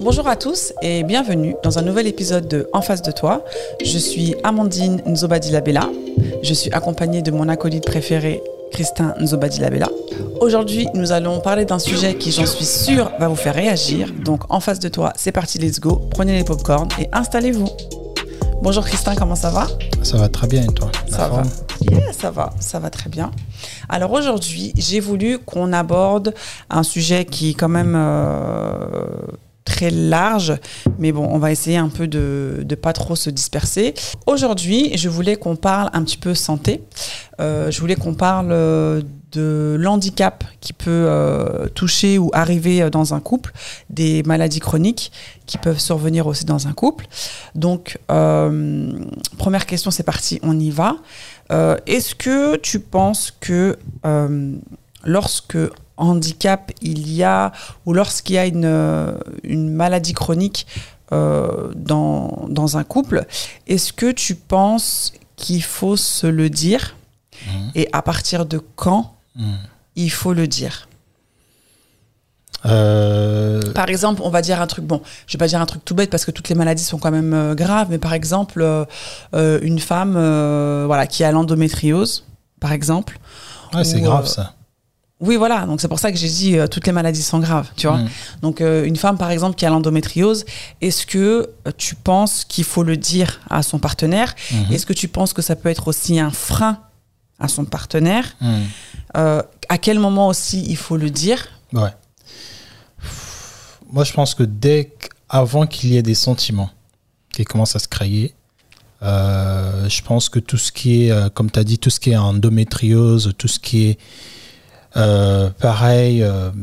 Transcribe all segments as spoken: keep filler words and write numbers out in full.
Bonjour à tous et bienvenue dans un nouvel épisode de En face de toi. Je suis Amandine Nzobadilabella. Je suis accompagnée de mon acolyte préféré, Christin Nzobadilabella. Aujourd'hui, nous allons parler d'un sujet qui, j'en suis sûre, va vous faire réagir. Donc, en face de toi, c'est parti, let's go. Prenez les popcorn et installez-vous. Bonjour Christin, comment ça va ? Ça va très bien et toi ? Ça va. Yeah, ça va, ça va très bien. Alors aujourd'hui, j'ai voulu qu'on aborde un sujet qui est quand même euh, très large, mais bon, on va essayer un peu de ne pas trop se disperser. Aujourd'hui, je voulais qu'on parle un petit peu santé. Euh, je voulais qu'on parle de l'handicap qui peut euh, toucher ou arriver dans un couple, des maladies chroniques qui peuvent survenir aussi dans un couple. Donc, euh, première question, c'est parti, on y va. Euh, est-ce que tu penses que euh, lorsque handicap il y a, ou lorsqu'il y a une, une maladie chronique euh, dans, dans un couple, est-ce que tu penses qu'il faut se le dire ? Mmh. Et à partir de quand mmh. il faut le dire ? Euh... Par exemple, on va dire un truc, bon, je vais pas dire un truc tout bête parce que toutes les maladies sont quand même euh, graves, mais par exemple, euh, euh, une femme euh, voilà, qui a l'endométriose, par exemple. Ouais, c'est ou, grave euh, ça. Oui, voilà, donc c'est pour ça que j'ai dit euh, toutes les maladies sont graves, tu vois. Mmh. Donc, euh, une femme, par exemple, qui a l'endométriose, est-ce que tu penses qu'il faut le dire à son partenaire ? Mmh. Est-ce que tu penses que ça peut être aussi un frein à son partenaire ? mmh. euh, À quel moment aussi il faut le dire ? Ouais. Moi, je pense que dès qu'avant qu'il y ait des sentiments qui commencent à se créer, euh, je pense que tout ce qui est, euh, comme tu as dit, tout ce qui est endométriose, tout ce qui est euh, pareil, euh,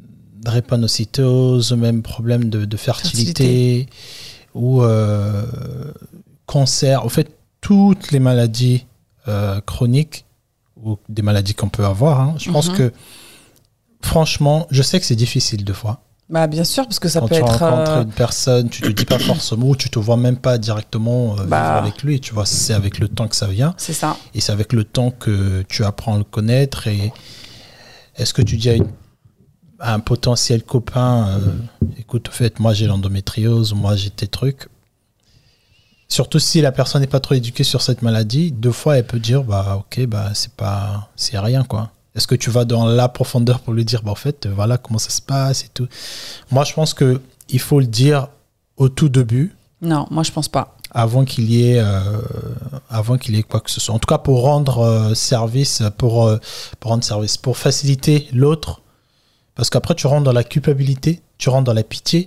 drépanocytose, même problème de, de fertilité, fertilité. ou euh, cancer, en fait, toutes les maladies euh, chroniques ou des maladies qu'on peut avoir, hein, je mm-hmm. pense que, franchement, je sais que c'est difficile deux fois. Bah bien sûr, parce que ça Quand peut tu être... Quand tu rencontres euh... une personne, tu te dis pas forcément, ou tu te vois même pas directement euh, bah... vivre avec lui. Tu vois, c'est avec le temps que ça vient. C'est ça. Et c'est avec le temps que tu apprends à le connaître. Et est-ce que tu dis à, une, à un potentiel copain, euh, écoute, en fait, moi j'ai l'endométriose, moi j'ai tes trucs. Surtout si la personne n'est pas trop éduquée sur cette maladie, deux fois elle peut dire, bah ok, bah c'est pas, c'est rien quoi. Est-ce que tu vas dans la profondeur pour lui dire, bah, en fait, voilà comment ça se passe et tout. Moi, je pense qu'il faut le dire au tout début. Non, moi, je pense pas. Avant qu'il y ait, euh, avant qu'il y ait quoi que ce soit. En tout cas, pour rendre euh, service, pour, euh, pour rendre service, pour faciliter l'autre. Parce qu'après, tu rentres dans la culpabilité, tu rentres dans la pitié.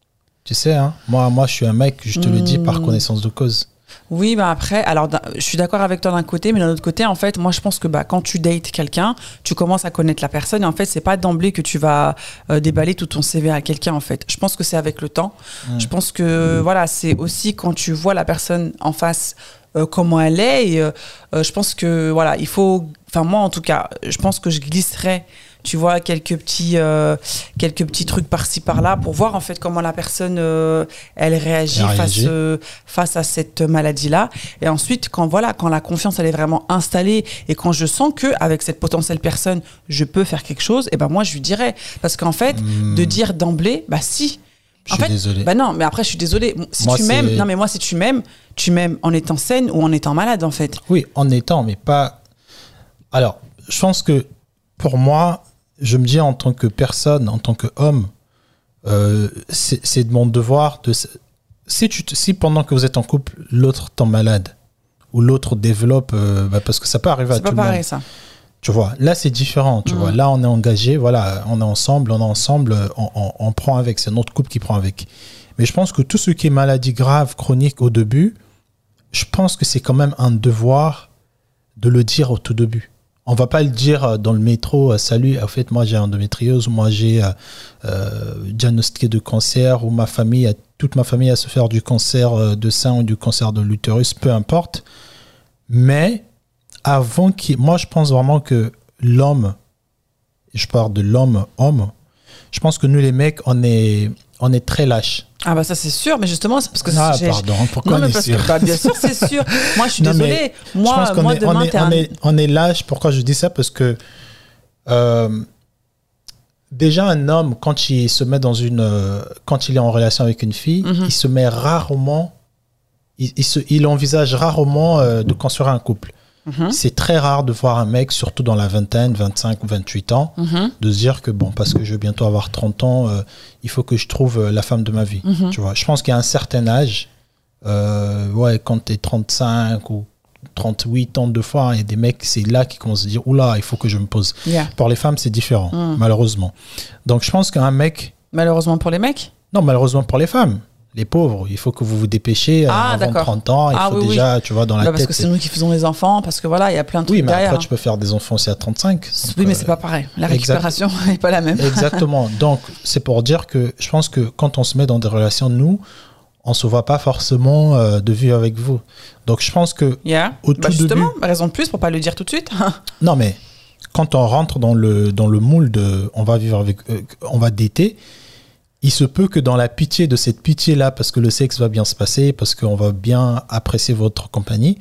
Tu sais, hein, moi, moi, je suis un mec, je te mmh. le dis par connaissance de cause. Oui, bah après, alors je suis d'accord avec toi d'un côté, mais d'un autre côté, en fait, moi je pense que bah, quand tu dates quelqu'un, tu commences à connaître la personne et en fait, c'est pas d'emblée que tu vas euh, déballer tout ton C V à quelqu'un en fait. Je pense que c'est avec le temps. Mmh. Je pense que mmh. voilà, c'est aussi quand tu vois la personne en face euh, comment elle est et euh, je pense que voilà, il faut, enfin moi en tout cas, je pense que je glisserais. Tu vois, quelques petits, euh, quelques petits trucs par-ci, par-là pour voir en fait comment la personne, euh, elle réagit, elle face, euh, face à cette maladie-là. Et ensuite, quand, voilà, quand la confiance, elle est vraiment installée et quand je sens qu'avec cette potentielle personne, je peux faire quelque chose, et ben moi, je lui dirais. Parce qu'en fait, mmh. de dire d'emblée, bah si. Je en suis fait, désolé. Bah non, mais après, je suis désolée. Si moi, tu m'aimes, non, mais moi, si tu m'aimes, tu m'aimes en étant saine ou en étant malade, en fait. Oui, en étant, mais pas... Alors, je pense que pour moi... Je me dis en tant que personne, en tant qu'homme, euh, c'est, c'est de mon devoir de... Si, tu, si pendant que vous êtes en couple, l'autre tombe malade ou l'autre développe... Euh, bah parce que ça peut arriver c'est à tout le monde. C'est pas pareil, ça. Tu vois, là, c'est différent. Tu mmh. vois, là, on est engagé, voilà, on est ensemble, on est ensemble, on, on, on prend avec. C'est notre couple qui prend avec. Mais je pense que tout ce qui est maladie grave, chronique au début, je pense que c'est quand même un devoir de le dire au tout début. On ne va pas le dire dans le métro, salut, en fait, moi j'ai endométriose, moi j'ai euh, diagnostiqué de cancer, ou ma famille, toute ma famille a souffert du cancer de sein ou du cancer de l'utérus, peu importe. Mais avant qu'il... Moi, je pense vraiment que l'homme, je parle de l'homme-homme, je pense que nous les mecs, on est, on est très lâches. Ah bah ça c'est sûr, mais justement c'est parce que ah j'ai, pardon pourquoi non, on mais est parce sûr que, bah, bien sûr c'est sûr. Moi je suis non, désolée. Moi, je moi est, demain on est, t'es on un... est on est lâche. Pourquoi je dis ça? Parce que euh, déjà, un homme, quand il se met dans une, euh, quand il est en relation avec une fille, mm-hmm. il se met rarement, il, il, se, il envisage rarement euh, de construire un couple. Mm-hmm. C'est très rare de voir un mec, surtout dans la vingtaine, vingt-cinq ou vingt-huit ans, mm-hmm. de se dire que bon, parce que je vais bientôt avoir trente ans, euh, il faut que je trouve euh, la femme de ma vie. Mm-hmm. Tu vois, je pense qu'à un certain âge, euh, ouais, quand tu es trente-cinq ou trente-huit ans de fois, il y a des mecs, c'est là qu'ils commencent à se dire oula, il faut que je me pose. Yeah. Pour les femmes, c'est différent, mm. malheureusement. Donc, je pense qu'un mec. Malheureusement pour les mecs ? Non, malheureusement pour les femmes. Les pauvres, il faut que vous vous dépêchez ah, avant d'accord. trente ans. Il ah, faut oui, déjà, oui. tu vois, dans la bah, tête. Parce que c'est nous qui faisons les enfants, parce que voilà, il y a plein de trucs oui, mais derrière. Après, tu peux faire des enfants aussi à trente-cinq. Oui, donc, mais euh, c'est pas pareil. La récupération n'est pas la même. Exactement. Donc, c'est pour dire que je pense que quand on se met dans des relations, nous, on ne se voit pas forcément euh, de vivre avec vous. Donc, je pense que yeah. au bah, tout justement, début... raison de plus pour ne pas le dire tout de suite. Non, mais quand on rentre dans le, dans le moule de on va vivre avec... Euh, on va dater, il se peut que dans la pitié de cette pitié-là, parce que le sexe va bien se passer, parce qu'on va bien apprécier votre compagnie,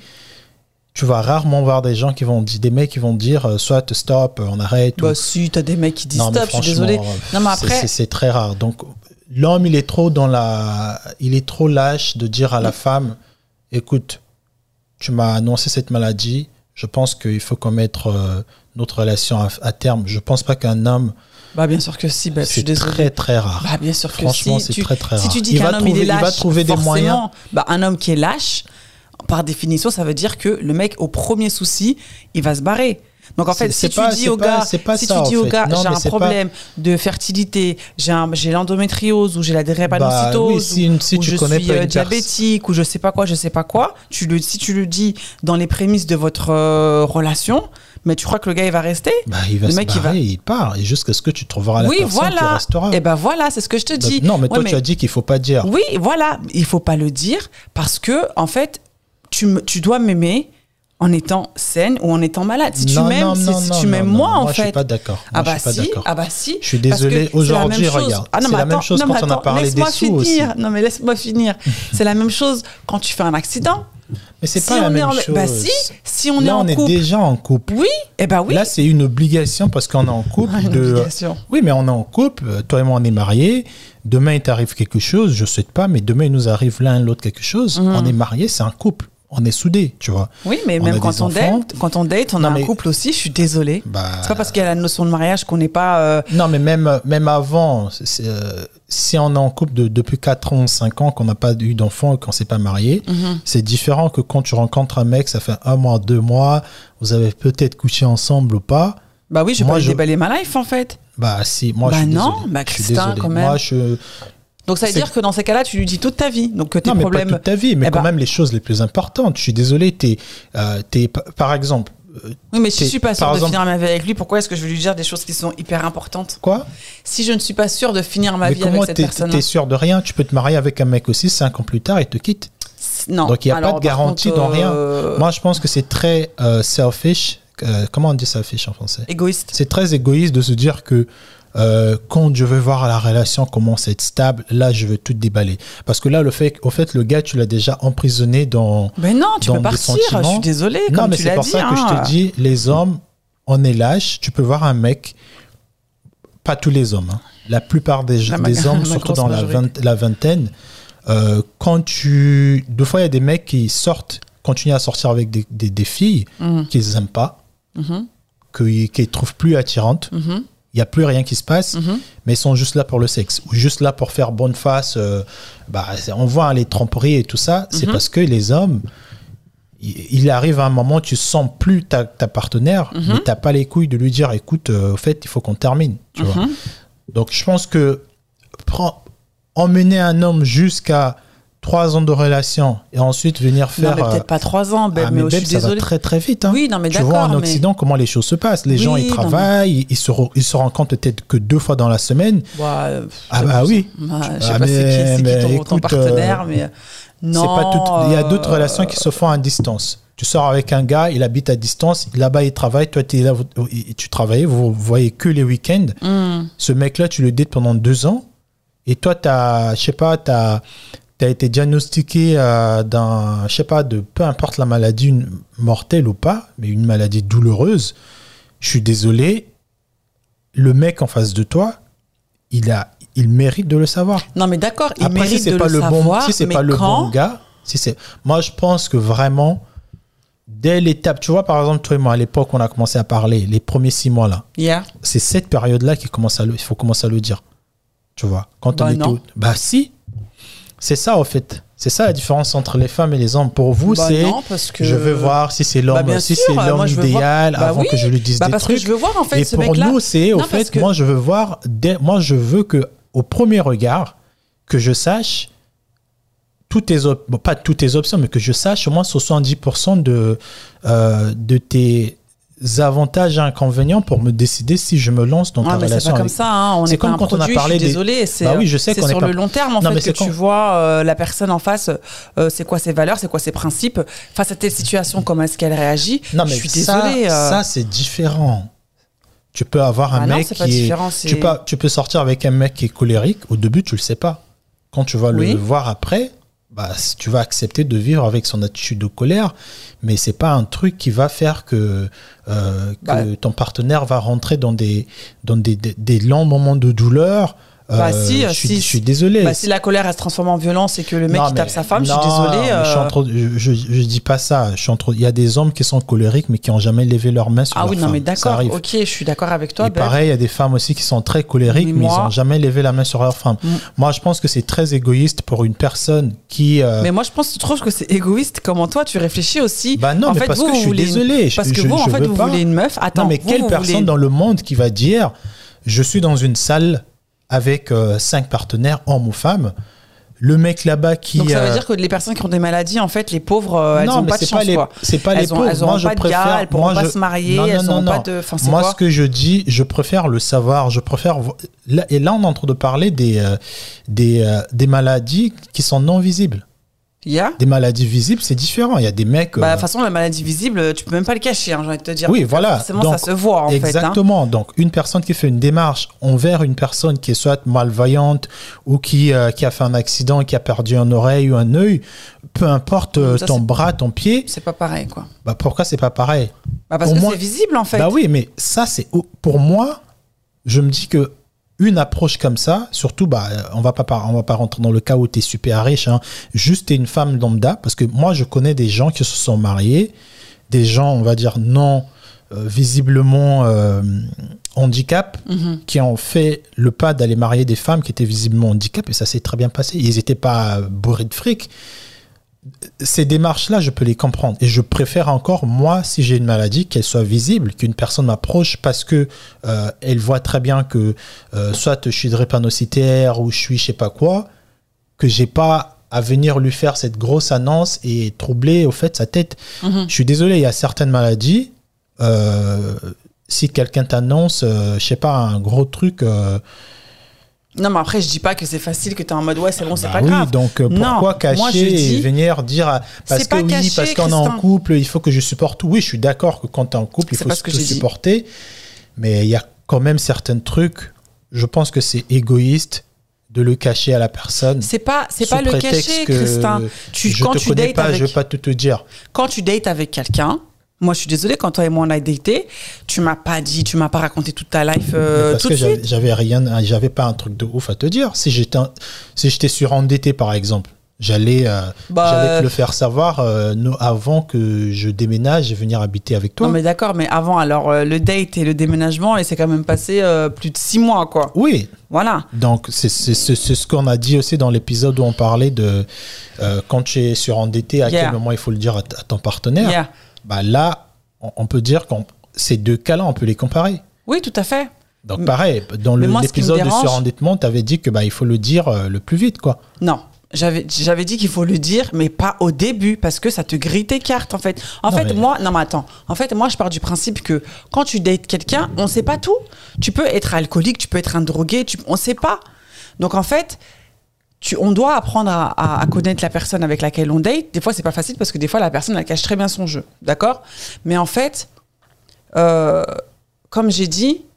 tu vas rarement voir des gens qui vont dire, des mecs qui vont dire euh, soit stop, on arrête. Bah ou... si, t'as des mecs qui disent non, stop, je suis désolé. Non, mais après... c'est, c'est, c'est très rare. Donc, l'homme, il est trop dans la, il est trop lâche de dire à la femme, écoute, tu m'as annoncé cette maladie, je pense qu'il faut qu'on mette euh, notre relation à, à terme. Je pense pas qu'un homme... Bah bien sûr que si, bah, c'est je suis désolée. très très rare. Bah bien sûr que Franchement, si. c'est tu, très très rare. Si tu dis il qu'un va homme trouver, il est lâche, il va trouver des moyens. Bah un homme qui est lâche, par définition, ça veut dire que le mec au premier souci, il va se barrer. Donc en fait, c'est, si, c'est tu pas, dis au gars, pas, pas si ça, tu dis au gars, non, j'ai un problème pas... de fertilité, j'ai, un, j'ai l'endométriose ou j'ai la drépanocytose, bah, oui, si une, si ou tu je connais suis pas euh, diabétique pers- ou je sais pas quoi, je sais pas quoi. Tu le, si tu le dis dans les prémices de votre euh, relation, mais tu crois que le gars il va rester ? Bah, il va le se mec, barrer, il, va... il part, et jusqu'à ce que tu trouveras la oui, personne voilà. qui restera. Et ben voilà, c'est ce que je te dis. Donc, non, mais toi ouais, mais... tu as dit qu'il faut pas dire. Oui, voilà, il faut pas le dire parce que en fait, tu, me, tu dois m'aimer en étant saine ou en étant malade. Si tu non, m'aimes, non, si, non, si non, tu m'aimes non, moi, non, en moi, fait. Je suis pas d'accord. Moi, ah bah je suis pas si, d'accord. ah bah si. Je suis désolé. Aujourd'hui, regarde, ah non, c'est la attends, même chose non, quand attends, on a parlé des sous finir. aussi. Non mais laisse-moi finir. C'est la même chose quand tu fais un accident. Mais c'est si pas la même en... chose. Bah si, si on là, est en on couple. est déjà en couple. Oui, et eh bah oui. Là, c'est une obligation parce qu'on est en couple. Une de... obligation. Oui, mais on est en couple. Toi et moi, on est mariés. Demain, il t'arrive quelque chose. Je ne souhaite pas, mais demain, il nous arrive l'un et l'autre quelque chose. Mmh. On est mariés, c'est un couple. On est soudés, tu vois. Oui, mais on même quand on, date, quand on date, on non, a un mais... couple aussi, je suis désolée. Bah... C'est pas parce qu'il y a la notion de mariage qu'on n'est pas... Euh... Non, mais même, même avant, c'est, c'est, euh, si on est en couple de, depuis quatre ans, cinq ans, qu'on n'a pas eu d'enfant et qu'on ne s'est pas marié, mm-hmm. c'est différent que quand tu rencontres un mec, ça fait un mois, deux mois, vous avez peut-être couché ensemble ou pas. Bah oui, je vais pas je... déballer ma life, en fait. Bah si, moi bah je suis non, désolé. Bah Christin, quand même. Moi, je... Donc ça veut c'est... dire que dans ces cas-là, tu lui dis toute ta vie. Donc que tes non, problèmes. Mais pas toute ta vie, mais eh quand bah... même les choses les plus importantes. Je suis désolé, t'es, euh, t'es par exemple. Euh, oui, mais si je suis pas sûre de exemple... finir ma vie avec lui, pourquoi est-ce que je vais lui dire des choses qui sont hyper importantes ? Quoi ? Si je ne suis pas sûre de finir ma mais vie avec cette t'es, personne. T'es sûre de rien ? Tu peux te marier avec un mec aussi cinq ans plus tard, il te quitte. Non. Donc il n'y a Alors, pas de garantie contre, dans rien. Euh... Moi, je pense que c'est très euh, selfish. Euh, comment on dit selfish en français ? Égoïste. C'est très égoïste de se dire que Euh, quand je veux voir la relation commence à être stable, là je veux tout déballer. Parce que là, le fait, au fait, le gars, tu l'as déjà emprisonné dans. Mais non, tu dans peux partir. Je suis désolée. Non, comme mais tu c'est l'as pour dit, ça hein. que je te dis, les hommes, on est lâche. Tu peux voir un mec, pas tous les hommes, hein, la plupart des, la des ma- hommes, surtout dans la, vingt, la vingtaine, euh, quand tu. Deux fois, il y a des mecs qui sortent, continuent à sortir avec des, des, des filles mm. qu'ils n'aiment pas, mm-hmm. qu'ils ne trouvent plus attirantes. Mm-hmm. Il n'y a plus rien qui se passe, mm-hmm. mais ils sont juste là pour le sexe, ou juste là pour faire bonne face. Euh, bah, on voit hein, les tromperies et tout ça, c'est mm-hmm. parce que les hommes, il, il arrive à un moment où tu sens plus ta, ta partenaire, mm-hmm. mais tu n'as pas les couilles de lui dire, écoute, euh, au fait, il faut qu'on termine. Tu mm-hmm. vois. Donc, je pense que prend, emmener un homme jusqu'à trois ans de relation et ensuite venir faire. Non, mais peut-être pas trois ans, Beb, ah, mais, mais je Beb, suis ça désolée. va très très vite. Hein. Oui, non, mais tu d'accord. vois en mais... Occident comment les choses se passent. Les oui, gens ils travaillent, mais... ils, se re... ils se rencontrent peut-être que deux fois dans la semaine. Bah, ah bah oui. Bah, je sais ah, pas mais, c'est qui, c'est qui ton, écoute, ton partenaire, euh, mais non. C'est pas tout... Il y a d'autres euh... relations qui se font à distance. Tu sors avec un gars, il habite à distance, là-bas il travaille, toi es là, tu travailles, vous ne voyez que les week-ends. Mm. Ce mec-là, tu le dates pendant deux ans et toi, tu as, je sais pas, tu as tu as été diagnostiqué euh, d'un, je sais pas, de peu importe la maladie une, mortelle ou pas, mais une maladie douloureuse, je suis désolé, le mec en face de toi, il, a, il mérite de le savoir. Non, mais d'accord, il Après, mérite si c'est de pas le le bon, savoir, si c'est mais pas le quand... bon gars, si c'est, moi je pense que vraiment, dès l'étape, tu vois, par exemple, toi et moi, à l'époque, on a commencé à parler, les premiers six mois là, Yeah. c'est cette période-là qu'il commence à le, il faut commencer à le dire. Tu vois, quand Bah on était non. au- bah si, c'est ça en fait. C'est ça la différence entre les femmes et les hommes. Pour vous, Bah c'est non, parce que... je veux voir si c'est l'homme, Bah, bien si sûr, c'est l'homme moi, je veux idéal voir- Bah avant oui. que je lui dise Bah des parce trucs. que je veux voir, en fait, Et ce pour mec-là... nous, c'est au Non, parce fait, que- moi je veux voir, dès- moi je veux que au premier regard que je sache toutes tes op- bon, pas toutes tes options, mais que je sache au moins soixante-dix pour cent de euh, de tes avantages et inconvénients pour me décider si je me lance dans Ah, ta mais c'est relation pas comme avec. ça, hein. On C'est n'est pas comme un quand on a produit, parlé je suis des- désolée. C'est, Bah oui, je sais c'est qu'on est sur pas- le long terme, en Non, fait, mais que c'est tu quand- vois euh, la personne en face, euh, c'est quoi ses valeurs, c'est quoi ses principes, face à telle situation, comment est-ce qu'elle réagit. Non, Je mais suis ça, désolée. euh. ça c'est différent. Tu peux avoir un Ah non, mec c'est pas qui différent, est. c'est- Tu peux, tu peux sortir avec un mec qui est colérique. Au début, tu le sais pas. Quand tu vas Oui. le voir après, bah, si tu vas accepter de vivre avec son attitude de colère. Mais c'est pas un truc qui va faire que, euh, que Bah. ton partenaire va rentrer dans des, dans des, des, des longs moments de douleur. Bah, Euh, si, je, suis, si, je suis désolé. Bah, si la colère elle se transforme en violence et que le mec Non, il tape mais- sa femme, je non, suis désolée. mais je, suis euh. en train de- je, je, je dis pas ça. Je suis en train- Il y a des hommes qui sont colériques mais qui n'ont jamais levé leurs mains sur Ah leur oui, non, femme. mais Ça d'accord, arrive. ok, je suis d'accord avec toi. Et Ben. pareil, il y a des femmes aussi qui sont très colériques, Mais mais, moi- ils n'ont jamais levé la main sur leur femme. Mm. Moi, je pense que c'est très égoïste pour une personne qui. euh, Mais moi, je pense, tu trouves que c'est égoïste. Comment toi, tu réfléchis aussi. Bah non, en mais fait, parce vous, que vous je suis voulez une- désolé. Parce je, que je- vous, en je fait, veux vous pas. voulez une meuf. Attends, non, mais vous, quelle vous personne voulez- dans le monde qui va dire je suis dans une salle avec euh, cinq partenaires, hommes ou femmes, le mec là-bas qui. Donc ça veut euh, dire que les personnes qui ont des maladies, en fait, les pauvres, euh, elles non, n'ont mais pas de c'est chance, pas les, quoi. c'est pas les Elles ont, pauvres. elles Moi, auront je pas de préfère. gars, elles pourront moi, pas je- se marier, non, non, elles non, n'auront non. pas de. Enfin, c'est Moi, quoi ce que je dis, je préfère le savoir. Je préfère. vo- Là, et là, on est en train de parler des, euh, des, euh, des maladies qui sont non visibles. Il y a Des maladies visibles, c'est différent. Il y a des mecs. Bah, de euh, toute façon, la maladie visible, tu peux même pas le cacher, hein, j'ai envie de te dire. Oui, Donc, voilà. Forcément, Donc, ça se voit, en fait. hein. exactement. Donc, une personne qui fait une démarche envers une personne qui est soit malveillante ou qui, euh, qui a fait un accident, qui a perdu une oreille ou un œil, peu importe euh, Ça, ton c'est- bras, ton pied, C'est pas pareil, quoi. bah pourquoi c'est pas pareil? Bah, parce Au que moins- c'est visible, en fait. Bah oui, mais ça, c'est pour moi, je me dis que une approche comme ça, surtout, bah, on va pas par- on va pas rentrer dans le cas où tu es super riche, hein, juste t'es une femme lambda, parce que moi, je connais des gens qui se sont mariés, des gens, on va dire, non euh, visiblement euh, handicap, Mhm. qui ont fait le pas d'aller marier des femmes qui étaient visiblement handicap, et ça s'est très bien passé. Ils n'étaient pas bourrés de fric. Ces démarches-là, je peux les comprendre. Et je préfère encore, moi, si j'ai une maladie, qu'elle soit visible, qu'une personne m'approche parce que euh, elle voit très bien que euh, soit je suis drépanocytaire ou je suis je sais pas quoi, que j'ai pas à venir lui faire cette grosse annonce et troubler au fait sa tête. Mhm. Je suis désolé, il y a certaines maladies, euh, si quelqu'un t'annonce, euh, je sais pas, un gros truc... euh, Non, mais après, je dis pas que c'est facile, que t'es en mode ouais, c'est bon, c'est bah pas oui, grave. donc euh, Non, pourquoi cacher moi, je dis- et venir dire ah, parce C'est que pas oui, caché, parce qu'on est en Christin. couple, il faut que je supporte tout. Oui, je suis d'accord que quand tu es en couple, il C'est faut pas ce que se j'ai dit. supporter, mais il y a quand même certains trucs, je pense que c'est égoïste de le cacher à la personne. C'est pas, c'est sous pas le prétexte cacher, que Christin. Tu, je quand te tu connais dates pas, avec, je vais pas tout te dire. quand tu dates avec quelqu'un, moi, je suis désolée, quand toi et moi on a daté, tu m'as pas dit, tu m'as pas raconté toute ta life euh, Mais parce tout que de j'avais suite. j'avais rien, j'avais pas un truc de ouf à te dire. Si j'étais, un- si j'étais surendetté par exemple, j'allais, euh, Bah, j'allais te le faire savoir euh, no- avant que je déménage et venir habiter avec toi. Non, mais d'accord, mais avant, alors euh, le date et le déménagement, et c'est quand même passé euh, plus de six mois, quoi. Oui, Voilà. donc c'est c'est- c'est- c'est ce qu'on a dit aussi dans l'épisode où on parlait de euh, quand tu es surendetté, à Yeah. quel moment il faut le dire à, t- à ton partenaire. Yeah. Bah là, on, on peut dire que ces deux cas-là, on peut les comparer. Oui, tout à fait. Donc pareil, dans Mais le- moi, ce qui me l'épisode de dérange- surendettement, tu avais dit que bah, il faut le dire euh, le plus vite, quoi. Non. J'avais, j'avais dit qu'il faut le dire, mais pas au début, parce que ça te grille tes cartes, en fait. En Non, fait, mais- moi, non, mais attends. En fait, moi, je pars du principe que quand tu dates quelqu'un, on sait pas tout. Tu peux être alcoolique, tu peux être un drogué, tu, on sait pas. Donc, en fait, tu, on doit apprendre à, à- à connaître la personne avec laquelle on date. Des fois, c'est pas facile parce que des fois, la personne, elle cache très bien son jeu. D'accord? Mais en fait, euh, comme j'ai dit,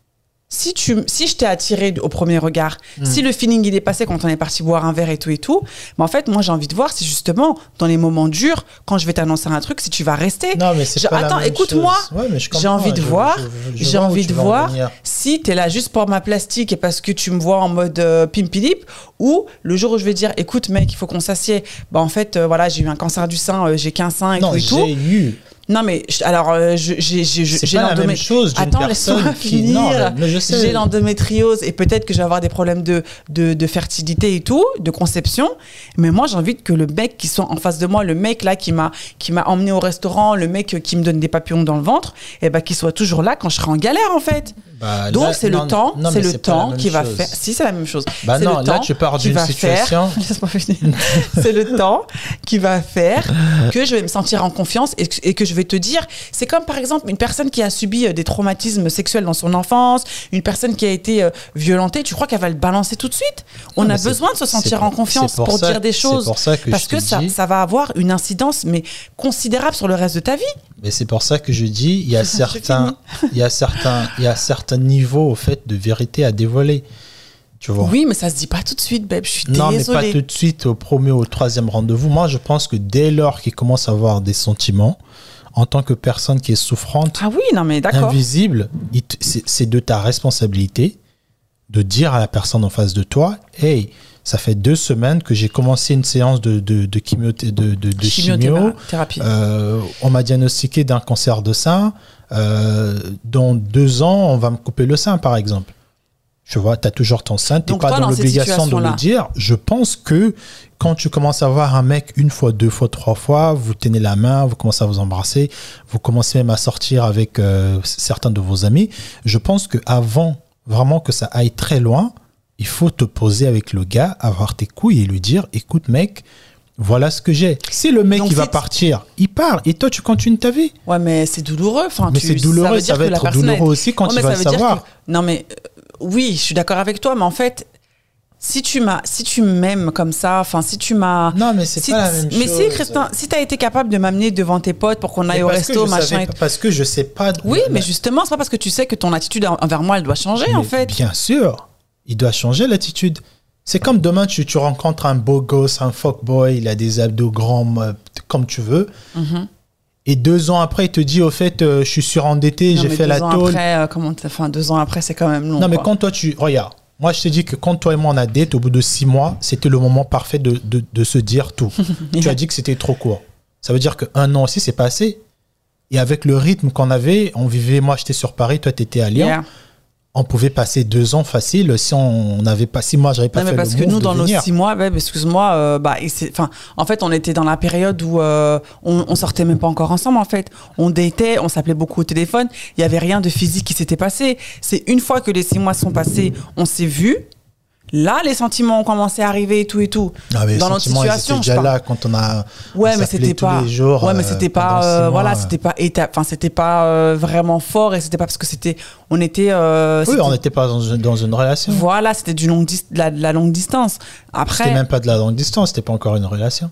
Si, tu, si je t'ai attiré au premier regard, mmh. si le feeling il est passé quand on est parti boire un verre et tout et tout, mais en fait, moi j'ai envie de voir si justement, dans les moments durs, quand je vais t'annoncer un truc, si tu vas rester. Non, mais c'est je, pas Attends, la même écoute-moi, ouais, j'ai envie de je, voir, je, je, je j'ai envie de voir si t'es là juste pour ma plastique et parce que tu me vois en mode euh, pimpilip, ou le jour où je vais dire, écoute mec, il faut qu'on s'assied, bah en fait, euh, voilà, j'ai eu un cancer du sein, euh, j'ai qu'un sein et non, tout et tout. j'ai eu. Non, mais alors, euh, j'ai, j'ai, j'ai, c'est j'ai pas la même chose d'une Attends, laisse-moi qui... finir. Non, mais, mais je sais. J'ai l'endométriose et peut-être que je vais avoir des problèmes de, de, de fertilité et tout, de conception. Mais moi, j'ai envie que le mec qui soit en face de moi, le mec là qui m'a, qui m'a emmené au restaurant, le mec qui me donne des papillons dans le ventre, et ben, qu'il soit toujours là quand je serai en galère, en fait. Bah, Donc, là, c'est non, le temps, non, c'est le c'est temps qui va chose. faire. Si, c'est la même chose. Bah c'est non, le là, temps tu pars d'une situation. Faire... Laisse-moi finir. C'est le temps qui va faire que je vais me sentir en confiance et, et que je vais te dire. C'est comme, par exemple, une personne qui a subi des traumatismes sexuels dans son enfance, une personne qui a été euh, violentée, tu crois qu'elle va le balancer tout de suite? On non, a besoin de se sentir pour, en confiance pour, pour ça, dire des choses. Pour ça que parce je que ça, dis... ça va avoir une incidence mais considérable sur le reste de ta vie. Mais c'est pour ça que je dis, il y a certains, il y a certains, il y a certains niveaux au fait de vérité à dévoiler. Tu vois. Oui, mais ça se dit pas tout de suite, babe. Je suis non, désolée. Non, mais pas tout de suite au premier ou au troisième rendez-vous. Moi, je pense que dès lors qu'il commence à avoir des sentiments, en tant que personne qui est souffrante, ah oui, non, mais d'accord. invisible, c'est de ta responsabilité de dire à la personne en face de toi, hey, ça fait deux semaines que j'ai commencé une séance de, de, de, chimio, de, de, de chimio. Euh, on m'a diagnostiqué d'un cancer de sein. Euh, dans deux ans, on va me couper le sein, par exemple. Tu vois, tu as toujours ton sein, tu n'es pas dans l'obligation de le dire. Je pense que quand tu commences à voir un mec une fois, deux fois, trois fois, vous tenez la main, vous commencez à vous embrasser, vous commencez même à sortir avec euh, certains de vos amis. Je pense qu'avant vraiment que ça aille très loin, il faut te poser avec le gars, avoir tes couilles et lui dire, écoute mec, voilà ce que j'ai. Si le mec Donc, il va partir, il part et toi tu continues ta vie. Ouais, mais c'est douloureux. Enfin, mais tu, c'est douloureux, ça, ça va être douloureux est... aussi quand ouais, tu vas le savoir. Que... Non mais euh, oui, je suis d'accord avec toi, mais en fait, si tu m'as, si tu m'aimes comme ça, enfin si tu m'as. Non mais c'est si, pas la même mais chose. Mais si Christin, si t'as été capable de m'amener devant tes potes pour qu'on aille au resto, machin. Et... Parce que je sais pas. Oui, mais justement, c'est pas parce que tu sais que ton attitude envers moi, elle doit changer mais en fait. Bien sûr, il doit changer l'attitude. C'est comme demain, tu, tu rencontres un beau gosse, un fuckboy, il a des abdos grands, comme tu veux. Mm-hmm. Et deux ans après, il te dit, au fait, euh, je suis surendetté, j'ai fait la tôle. Après, euh, comment enfin, deux ans après, c'est quand même long. Non, mais quoi. quand toi, tu... Regarde, moi, je te dis que quand toi et moi, on a date, au bout de six mois, c'était le moment parfait de, de, de se dire tout. Tu as dit que c'était trop court. Ça veut dire qu'un an aussi, c'est pas assez. Et avec le rythme qu'on avait, on vivait... Moi, j'étais sur Paris, toi, tu étais à Lyon. Yeah. On pouvait passer deux ans facile si on n'avait pas six mois, j'avais pas non, fait mais parce le que nous, dans venir. nos six mois, bah, excuse-moi, euh, bah, enfin, en fait, on était dans la période où euh, on, on sortait même pas encore ensemble. En fait, on datait, on s'appelait beaucoup au téléphone. Il y avait rien de physique qui s'était passé. C'est une fois que les six mois sont passés, on s'est vus. Là, les sentiments ont commencé à arriver et tout et tout. Ah, mais dans notre situation, déjà là quand on a. Ouais, on mais c'était pas. Les jours, ouais, mais c'était euh, pas. Euh, voilà, c'était pas. Enfin, c'était pas euh, vraiment fort et c'était pas parce que c'était. On était. Euh, oui, on n'était pas dans une, dans une relation. Voilà, c'était du long dis, de, la, de la longue distance. Après. C'était même pas de la longue distance, c'était pas encore une relation.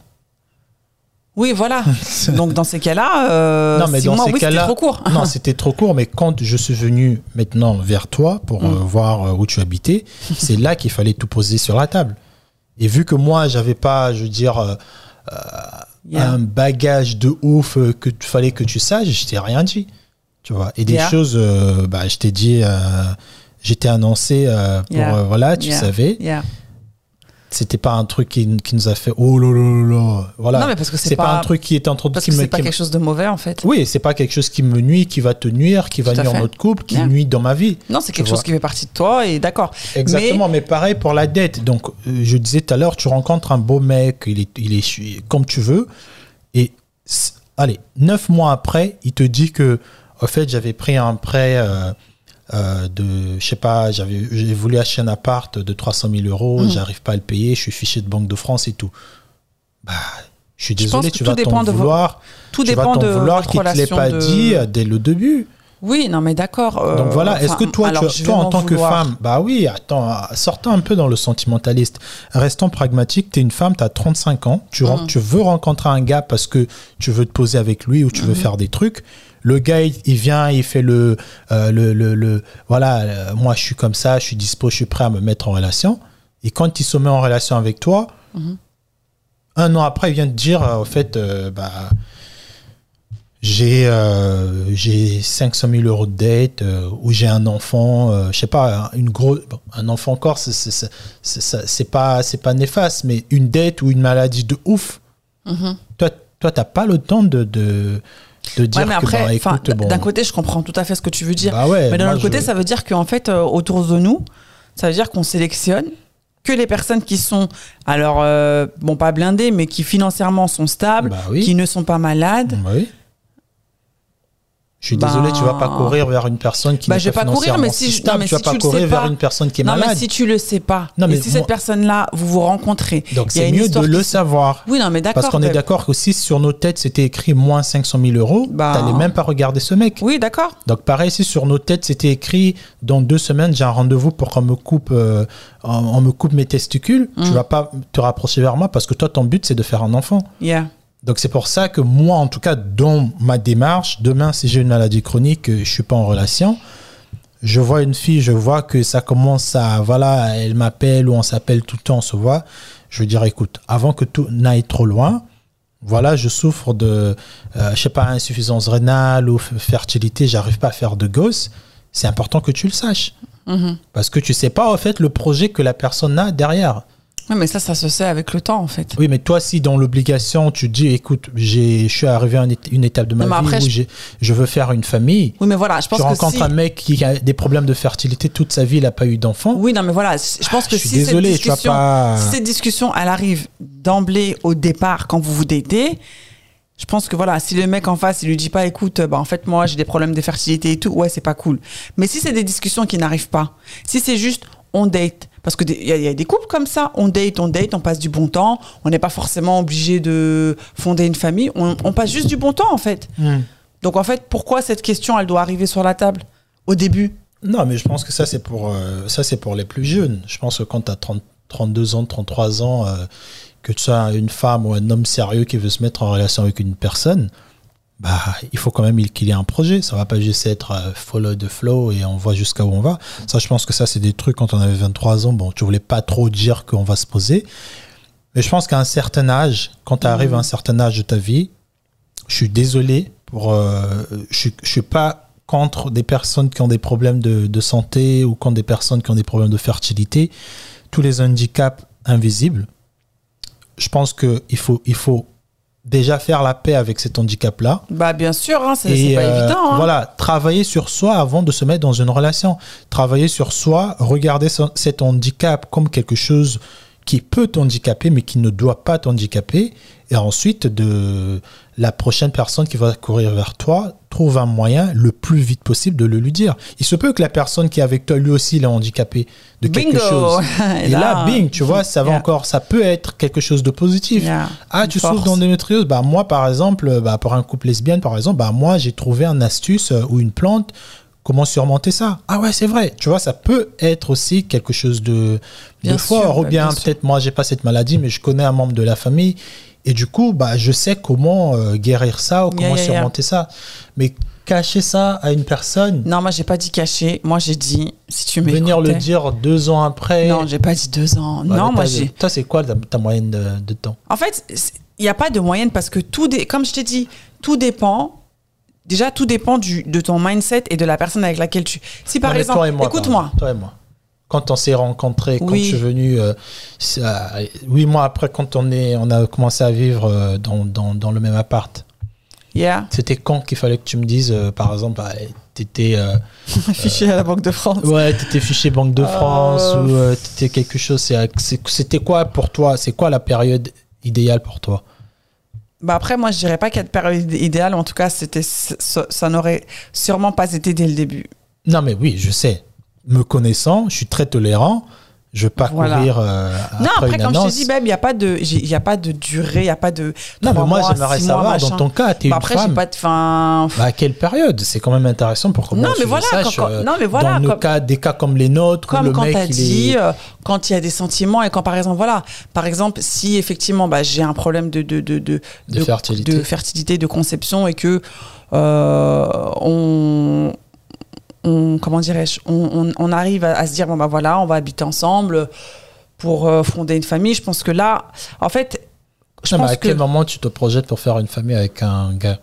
Oui, voilà. Donc dans ces cas-là, euh, non, mais six dans mois, ces oui, cas-là, c'était trop court. Non, c'était trop court, mais quand je suis venu maintenant vers toi pour mm. euh, voir où tu habitais, c'est là qu'il fallait tout poser sur la table. Et vu que moi, j'avais pas, je veux dire, euh, euh, yeah. un bagage de ouf euh, que fallait que tu saches, je t'ai rien dit. Tu vois. Et des yeah. choses, euh, bah, je t'ai dit, euh, j'étais annoncé euh, pour, yeah. euh, voilà, tu yeah. savais. Yeah. C'était pas un truc qui, qui nous a fait oh là là là. Voilà. Non, mais parce que c'est, c'est pas, pas un truc qui est en train de. Parce que c'est pas quelque chose de mauvais en fait. Oui, c'est pas quelque chose qui me nuit, qui va te nuire, qui Tout va nuire fait. notre couple, qui yeah. nuit dans ma vie. Non, c'est quelque chose qui fait partie de toi et d'accord. Exactement, mais, mais pareil pour la dette. Donc, euh, je disais tout à l'heure, tu rencontres un beau mec, il est, il est comme tu veux, et allez, neuf mois après, il te dit que, en fait, j'avais pris un prêt. Euh, Euh, de, je sais pas, j'avais, j'ai voulu acheter un appart de trois cent mille euros, mmh. j'arrive pas à le payer, je suis fiché de Banque de France et tout. Bah, je suis désolé, je tu vas t'en vouloir. Tout tu dépend vas t'en de vouloir qu'il te l'ait pas de... dit dès le début. Oui, non, mais d'accord. Euh, Donc voilà, est-ce que toi, alors, tu, toi en tant vouloir. que femme, bah oui, attends, sortons un peu dans le sentimentaliste. Restons pragmatiques, tu es une femme, tu as trente-cinq ans, tu, mmh. tu veux rencontrer un gars parce que tu veux te poser avec lui ou tu mmh. veux faire des trucs. Le gars, il, il vient, il fait le, euh, le, le, le... Voilà, euh, moi, je suis comme ça, je suis dispo, je suis prêt à me mettre en relation. Et quand il se met en relation avec toi, mm-hmm. un an après, il vient te dire, euh, au fait, euh, bah, j'ai, euh, j'ai cinq cent mille euros de dette, euh, ou j'ai un enfant, euh, je sais pas, une grosse, bon, un enfant encore, c'est, c'est, c'est, c'est, c'est, pas, c'est pas néfaste, mais une dette ou une maladie de ouf. Mm-hmm. Toi, toi, t'as pas le temps de, de, de dire ouais, mais après, que, bah, écoute, bon. D'un côté, je comprends tout à fait ce que tu veux dire. Bah ouais, mais d'un autre je... côté, ça veut dire qu'en fait, euh, autour de nous, ça veut dire qu'on sélectionne que les personnes qui sont, alors, euh, bon, pas blindées, mais qui financièrement sont stables, bah oui. qui ne sont pas malades. Bah oui. Je suis bah... désolé, tu vas pas courir vers une personne qui bah, n'est je pas vais pas courir, mais si, stable, non, mais tu si vas pas courir vers une personne qui est non, malade. Non, mais si tu le sais pas, non, mais et si moi... cette personne-là, vous vous rencontrez, donc c'est mieux de le savoir. Oui, non, mais d'accord. Parce qu'on mais... est d'accord que si sur nos têtes c'était écrit moins cinq cent mille euros, bah... t'allais même pas regarder ce mec. Oui, d'accord. Donc pareil, si sur nos têtes c'était écrit dans deux semaines j'ai un rendez-vous pour qu'on me coupe, euh, on, on me coupe mes testicules, mm. tu vas pas te rapprocher vers moi parce que toi ton but c'est de faire un enfant. Yeah. Donc c'est pour ça que moi, en tout cas, dans ma démarche, demain, si j'ai une maladie chronique, je ne suis pas en relation, je vois une fille, je vois que ça commence à, voilà, elle m'appelle ou on s'appelle tout le temps, on se voit, je vais dire, écoute, avant que tout n'aille trop loin, voilà, je souffre de, euh, je sais pas, insuffisance rénale ou fertilité, j'arrive pas à faire de gosse, c'est important que tu le saches. Mm-hmm. Parce que tu sais pas, en fait, le projet que la personne a derrière. Oui, mais ça, ça se sait avec le temps, en fait. Oui, mais toi, si dans l'obligation, tu te dis, écoute, j'ai, je suis arrivé à une étape de ma non, vie après, où je... J'ai, je veux faire une famille. Oui, mais voilà, je pense tu que rencontres si... un mec qui a des problèmes de fertilité toute sa vie, il n'a pas eu d'enfant. Oui, non, mais voilà, je pense ah, que je suis si, désolé, cette discussion, tu vas pas... si cette discussion, elle arrive d'emblée au départ, quand vous vous datez, je pense que voilà, si le mec en face, il lui dit pas, écoute, bah, en fait, moi, j'ai des problèmes de fertilité et tout, ouais, c'est pas cool. Mais si c'est des discussions qui n'arrivent pas, si c'est juste, on date, parce qu'il y, y a des couples comme ça, on date, on date, on passe du bon temps, on n'est pas forcément obligé de fonder une famille, on, on passe juste du bon temps en fait. Mm. Donc en fait, pourquoi cette question, elle doit arriver sur la table au début ? Non, mais je pense que ça c'est pour, euh, ça, c'est pour les plus jeunes. Je pense que quand tu as trente, trente-deux ans, trente-trois ans, euh, que tu sois une femme ou un homme sérieux qui veut se mettre en relation avec une personne, bah, il faut quand même qu'il y ait un projet. Ça va pas juste être euh, follow the flow et on voit jusqu'à où on va. Ça, je pense que ça, c'est des trucs quand on avait vingt-trois ans. Bon, tu voulais pas trop dire qu'on va se poser. Mais je pense qu'à un certain âge, quand tu arrives mmh. à un certain âge de ta vie, je suis désolé pour, euh, je, je suis pas contre des personnes qui ont des problèmes de, de santé ou contre des personnes qui ont des problèmes de fertilité. Tous les handicaps invisibles. Je pense que il faut, il faut déjà faire la paix avec cet handicap-là. Bah bien sûr, hein, c'est, c'est pas euh, évident. Hein. Voilà, travailler sur soi avant de se mettre dans une relation. Travailler sur soi, regarder son, cet handicap comme quelque chose qui peut t'handicaper, mais qui ne doit pas t'handicaper. Et ensuite, de la prochaine personne qui va courir vers toi, trouve un moyen le plus vite possible de le lui dire. Il se peut que la personne qui est avec toi, lui aussi, il est handicapé de quelque Bingo. chose. Et, Et là, là, bing, tu vois, ça va yeah. encore, ça peut être quelque chose de positif. Yeah. Ah, tu souffres d'endométriose. Bah, moi, par exemple, bah, pour un couple lesbien, par exemple, bah, moi, j'ai trouvé une astuce ou une plante. Comment surmonter ça ? Ah ouais, c'est vrai. Tu vois, ça peut être aussi quelque chose de, de fort. Sûr, ou bien, bien peut-être, sûr. Moi, j'ai pas cette maladie, mais je connais un membre de la famille. Et du coup, bah, je sais comment euh, guérir ça ou comment yeah, yeah, surmonter yeah. ça. Mais cacher ça à une personne... Non, moi, j'ai pas dit cacher. Moi, j'ai dit, si tu m'écoutais... Venir le dire deux ans après... Non, j'ai pas dit deux ans. Bah, non, moi, j'ai... Toi, c'est quoi ta, ta moyenne de, de temps ? En fait, il n'y a pas de moyenne parce que tout... Dé... Comme je t'ai dit, tout dépend... Déjà, tout dépend du, de ton mindset et de la personne avec laquelle tu... Si par non, exemple... Toi et moi, écoute-moi. Toi et moi. Quand on s'est rencontrés, oui. quand je suis venu, euh, huit mois après, quand on, est, on a commencé à vivre euh, dans, dans, dans le même appart, yeah. c'était quand qu'il fallait que tu me dises, euh, par exemple, bah, tu étais... Euh, fiché euh, à la Banque de France. Ouais, tu étais fiché Banque de France euh... ou euh, tu étais quelque chose. C'est, c'est, c'était quoi pour toi ? C'est quoi la période idéale pour toi ? Bah après, moi, je dirais pas qu'il y a de période idéale. En tout cas, c'était, ça, ça n'aurait sûrement pas été dès le début. Non, mais oui, je sais. Me connaissant, je suis très tolérant. Je veux pas Voilà. courir euh, Non, après, après, une comme annonce. je te dis, Beb, il n'y a pas de, il y a pas de durée, il n'y a pas de. Non, mais trois moi, mois, j'aimerais six mois, savoir, dans machin. ton cas, tu es Bah une après, j'ai femme. pas de fin. Bah, à quelle période? C'est quand même intéressant pour que Non, moi mais je voilà, sache. quand- quand- euh, non, mais voilà, dans le comme- cas, des cas comme les nôtres, où Comme le quand mec, tu as il dit, est... euh, quand il y a des sentiments et quand par exemple, voilà, par exemple, si effectivement bah, j'ai un problème de, de, de, de, De fertilité. de fertilité, de conception et que euh, on, on, comment dirais-je, on, on, on arrive à, à se dire, bon bah voilà, on va habiter ensemble pour euh, fonder une famille, je pense que là, en fait, je Non, mais pense à que quel moment tu te projettes pour faire une famille avec un gars?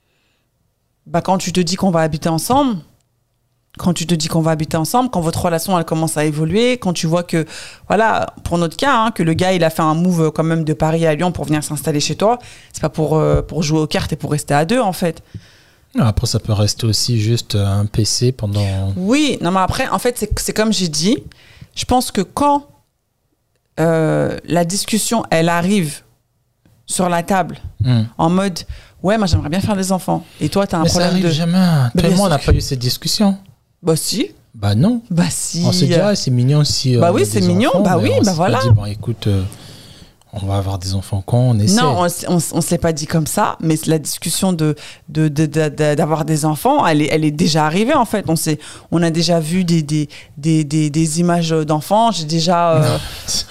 bah, quand tu te dis qu'on va habiter ensemble, quand tu te dis qu'on va habiter ensemble, quand votre relation elle commence à évoluer, quand tu vois que, voilà, pour notre cas, hein, que le gars il a fait un move quand même de Paris à Lyon pour venir s'installer chez toi, c'est pas pour, euh, pour jouer aux cartes et pour rester à deux en fait. Non, après, ça peut rester aussi juste un P C pendant... Oui, non mais après, en fait, c'est, c'est comme j'ai dit, je pense que quand euh, la discussion elle arrive sur la table Hmm. en mode ouais, moi j'aimerais bien faire des enfants et toi t'as un Mais ça problème arrive de. jamais. Mais Tellement bien on sûr n'a que- pas eu cette discussion. Bah si, Bah non. bah si. On se dit, ah, c'est mignon si... euh, Bah on oui, a c'est des mignon, enfants, bah mais oui, on bah s'est voilà. pas dit, bon, écoute, euh, on va avoir des enfants quand on essaie. Non, on, s- on, s- on se l'est pas dit comme ça, mais la discussion de, de, de- de- de- d'avoir des enfants, elle est, elle est déjà arrivée en fait. On, s'est, on a déjà vu des, des, des, des, des images d'enfants, j'ai déjà... euh,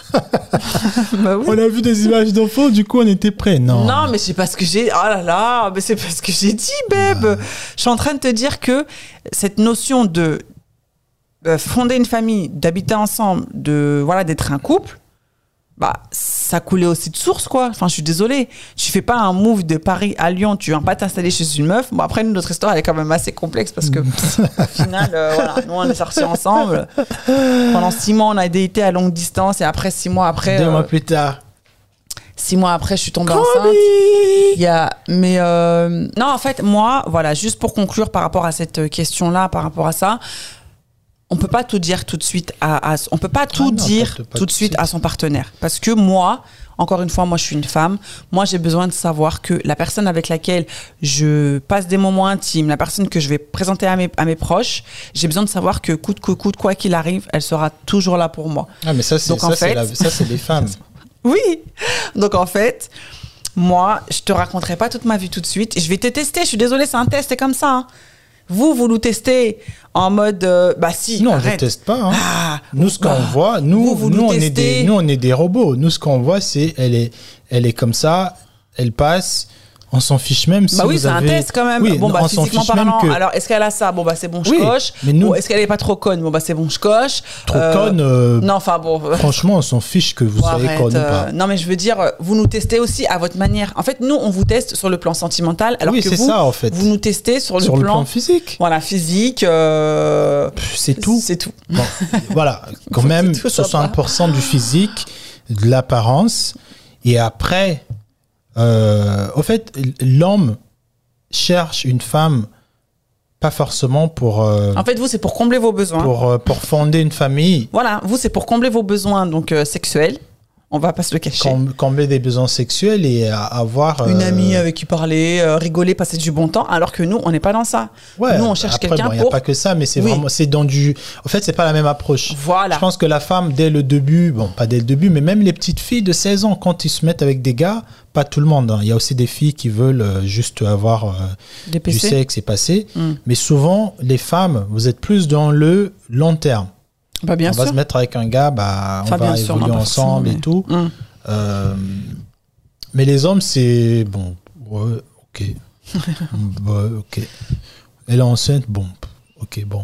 bah oui. On a vu des images d'enfants, du coup on était prêts. Non. Non, mais c'est parce que j'ai... Oh là là, mais c'est parce que j'ai dit, Beb. Bah. Je suis en train de te dire que cette notion de euh, fonder une famille, d'habiter ensemble, de voilà, d'être un couple, bah ça coulait aussi de source quoi. Enfin, je suis désolée. Tu fais pas un move de Paris à Lyon, tu viens pas t'installer chez une meuf. Bon après nous, notre histoire elle est quand même assez complexe parce que au final, euh, voilà, nous on est sortis ensemble. Pendant six mois on a été à longue distance et après six mois après, Deux euh, mois plus tard. six mois après je suis tombée enceinte. Il y a, mais euh, non, en fait, moi, voilà, juste pour conclure par rapport à cette question-là, par rapport à ça, on peut pas tout dire tout de suite à, à on peut pas tout non, dire pas- pas tout de suite à son partenaire, parce que moi, encore une fois, moi, je suis une femme. Moi, j'ai besoin de savoir que la personne avec laquelle je passe des moments intimes, la personne que je vais présenter à mes, à mes proches, j'ai besoin de savoir que coûte que coûte, quoi qu'il arrive, elle sera toujours là pour moi. Ah, mais ça, c'est, Donc, ça, en c'est fait- la- ça, c'est les femmes. Oui. Donc en fait, moi, je te raconterai pas toute ma vie tout de suite. Je vais te tester. Je suis désolée, c'est un test, c'est comme ça. hein. Vous, vous nous testez en mode, euh, bah si, Non, on ne arrête. teste pas. hein. Ah, Nous, ce qu'on bah, voit, nous, vous, vous nous, nous on est testez. des, nous, on est des robots. Nous, ce qu'on voit, c'est elle est, elle est comme ça, elle passe. On s'en fiche même si Bah oui, vous c'est avez... un test quand même. Oui, bon, non, bah, on s'en physiquement fiche même parlant, que alors est-ce qu'elle a ça? Bon, bah c'est bon, je Oui, coche. mais nous- Bon, est-ce qu'elle est pas trop conne? Bon, bah c'est bon, je coche. trop Euh, conne. euh, Non, enfin bon. Franchement, on s'en fiche que vous Bon, soyez arrête, conne ou euh, pas. non, mais je veux dire, vous nous testez aussi à votre manière. En fait, nous, on vous teste sur le plan sentimental, alors Oui, que c'est vous, ça, en fait. vous nous testez sur le Sur le plan, plan physique. voilà, physique. euh, Pff, C'est tout. C'est tout. Bon, voilà, quand même, C'est tout sympa. soixante pour cent du physique, de l'apparence. Et après, euh, au fait, l'homme cherche une femme pas forcément pour, euh, En fait, vous, c'est pour combler vos besoins. pour, euh, pour fonder une famille, Voilà, vous, c'est pour combler vos besoins donc euh, sexuels. On va pas se le cacher. com- combler des besoins sexuels et à- avoir... Une euh, amie avec qui parler, euh, rigoler, passer du bon temps, alors que nous, on n'est pas dans ça. ouais, nous, on cherche après, quelqu'un bon, il n'y a pour... pas que ça, mais c'est Oui. vraiment... C'est dans du... En fait, c'est pas la même approche. Voilà. Je pense que la femme, dès le début, bon, pas dès le début, mais même les petites filles de seize ans, quand ils se mettent avec des gars, pas tout le monde, hein. Il y a aussi des filles qui veulent euh, juste avoir euh, Des du P C. sexe et passer. Mm. Mais souvent, les femmes, vous êtes plus dans le long terme. Bah, bien on sûr. va se mettre avec un gars, bah, on Enfin, va bien sûr, évoluer non, pas ensemble et forcément, tout. mais- Mm. Euh, mais les hommes, c'est bon, ouais, ok. Ouais, ok. Elle est enceinte, bon, ok, bon.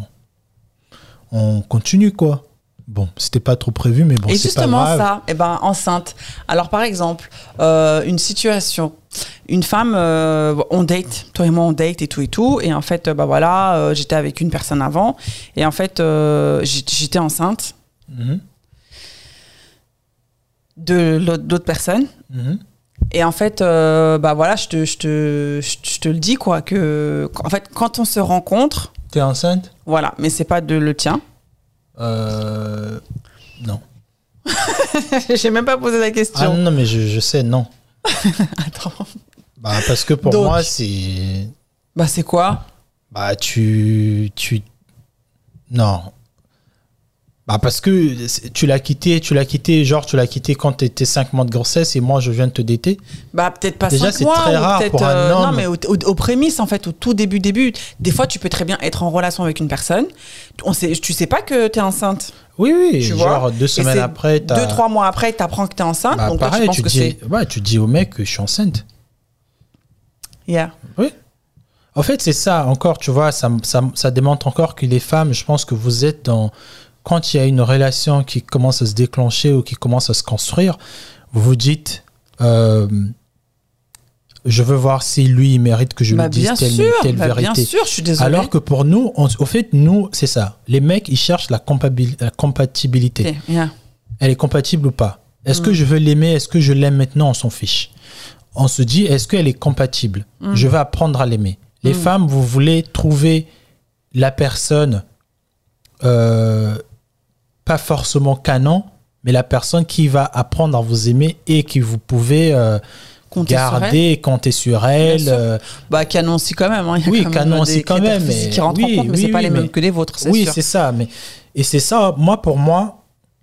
On continue, quoi. Bon, c'était pas trop prévu, mais bon, Et c'est pas justement grave. ça, eh ben, enceinte. Alors par exemple, euh, une situation, une femme, euh, on date, toi et moi on date et tout et tout, et en fait, euh, bah voilà, euh, j'étais avec une personne avant, et en fait, euh, j'ai- j'étais enceinte Mhm, de l'autre d'autres personnes. mhm. Et en fait, euh, bah voilà, je te, je te, je te- je te le dis quoi, que en fait, quand on se rencontre, T'es enceinte? voilà, mais c'est pas de le tien. Euh, non. J'ai même pas posé la Ah question. non, mais je, je sais, non. Attends. Bah, parce que pour Donc. moi, c'est... Bah c'est quoi? Bah, tu... tu... Non. Bah parce que c'est- tu l'as quitté, tu l'as quitté, genre tu l'as quitté quand tu étais cinq mois de grossesse et moi je viens de te dater. Bah, peut-être pas Déjà, cinq c'est mois. très ou rare peut-être, pour un euh, homme. Non, mais au, au, aux prémices, en fait, au tout début, début. Des fois, tu peux très bien être en relation avec une personne. On sait, tu sais pas que tu es enceinte. Oui, oui, Tu genre vois deux Et semaines c'est après, t'as... Deux, trois mois après, tu apprends que tu es enceinte. Bah, donc, toi, pareil, tu penses tu, que dis, c'est. ouais, tu dis au mec que je suis enceinte. Yeah. Oui. En fait, c'est ça, encore, tu vois, ça, ça, ça démontre encore que les femmes, je pense que vous êtes dans... Quand il y a une relation qui commence à se déclencher ou qui commence à se construire, vous vous dites, euh, je veux voir si lui, il mérite que je Bah, lui dise bien telle, sûr, telle bah, vérité. bien sûr, je suis désolée. Alors que pour nous, on- au fait, nous, c'est ça. Les mecs, ils cherchent la, compabil- la compatibilité. Ok, yeah. Elle est compatible ou pas? Est-ce Mm. que je veux l'aimer? Est-ce que je l'aime maintenant? On s'en fiche. On se dit, est-ce qu'elle est compatible? Mm. Je vais apprendre à l'aimer. Les Mm. femmes, vous voulez trouver la personne, euh, pas forcément canon, mais la personne qui va apprendre à vous aimer et qui vous pouvez euh, Compter sur garder, et compter sur elle. sûr. euh, Bah, canon aussi quand même. Hein. Il y a Oui, quand canon même aussi des quand critères même, physiques mais- qui rentrent oui, en compte, mais oui, c'est pas oui, les mais- mêmes que les vôtres, c'est oui, sûr. c'est ça. Mais, et c'est ça, moi, pour moi,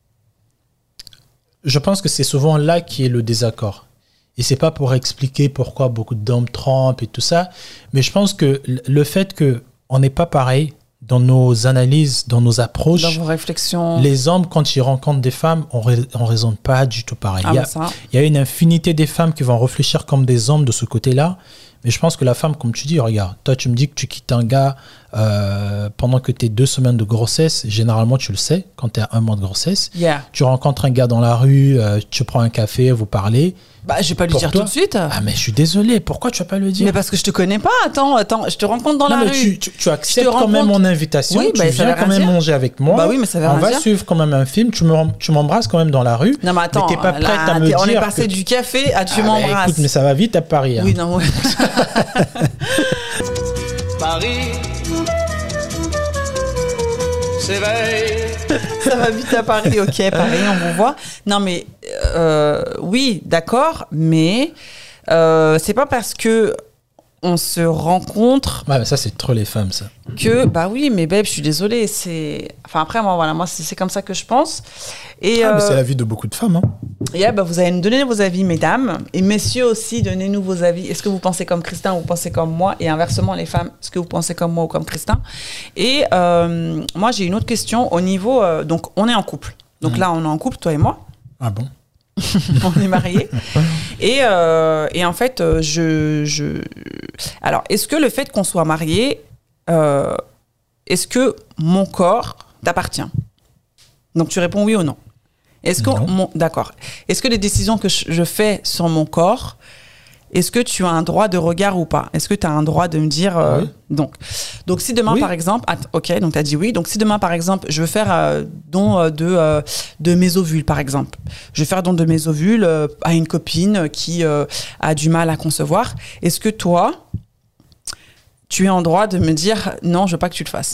je pense que c'est souvent là qui est le désaccord. Et c'est pas pour expliquer pourquoi beaucoup d'hommes trompent et tout ça, mais je pense que le- le fait que on n'est pas pareil dans nos analyses, dans nos approches, Dans vos réflexions. les hommes, quand ils rencontrent des femmes, on ne raisonne pas du tout pareil. Ah, il, y a, bah, ça. il y a une infinité des femmes qui vont réfléchir comme des hommes de ce côté-là. Mais je pense que la femme, comme tu dis, regarde, toi tu me dis que tu quittes un gars euh, pendant que tu es deux semaines de grossesse. Généralement, tu le sais, quand tu es à un mois de grossesse. Yeah. Tu rencontres un gars dans la rue, euh, tu prends un café, vous parlez. Bah, je vais pas lui Pour dire toi tout de suite. Ah, mais je suis désolé, pourquoi tu vas pas le dire? Mais parce que je te connais pas. Attends, attends, je te rencontre dans Non, la mais rue. tu, tu, tu acceptes rencontre- quand même mon invitation, Oui, tu bah, ça viens veut quand rien même dire. manger avec moi. Bah oui, mais ça veut On rien va dire. suivre quand même un film, tu me- tu m'embrasses quand même dans la rue. Non, mais attends, t'es pas prête là, à me t'es- on dire est passé que- du café à tu Ah, bah, m'embrasses. écoute, mais ça va vite à Paris. hein. Oui, non, ouais. Paris s'éveille. Ça va vite à Paris, ok, Paris, on vous voit. Non, mais euh, oui, d'accord, mais euh, c'est pas parce que on se rencontre Ouais, mais ça, c'est trop les femmes, ça. que bah oui, mais babe, je suis désolée, c'est enfin après moi voilà, moi c'est c'est comme ça que je pense. Et Ah, mais euh, c'est la vie de beaucoup de femmes. Hein. yeah, bah, vous allez nous donner vos avis, mesdames, et messieurs aussi, donnez-nous vos avis. Est-ce que vous pensez comme Christin ou vous pensez comme moi? Et inversement, les femmes, est-ce que vous pensez comme moi ou comme Christin? Et euh, moi, j'ai une autre question au niveau. euh, donc, on est en couple. Donc Mhm. là, on est en couple, toi et moi. Ah bon? On est mariés. et, euh, et en fait, euh, je, je. Alors, est-ce que le fait qu'on soit mariés, euh, est-ce que mon corps t'appartient? Donc, tu réponds oui ou non. Est-ce que Non. mon, d'accord. Est-ce que les décisions que je, je fais sur mon corps, est-ce que tu as un droit de regard ou pas? Est-ce que tu as un droit de me dire euh, Oui. donc donc si demain Oui. par exemple att- ok donc tu as dit oui, donc si demain par exemple je veux faire euh, don euh, de euh, de mes ovules par exemple, je vais faire don de mes ovules euh, à une copine qui euh, a du mal à concevoir, est-ce que toi tu es en droit de me dire non, je veux pas que tu le fasses?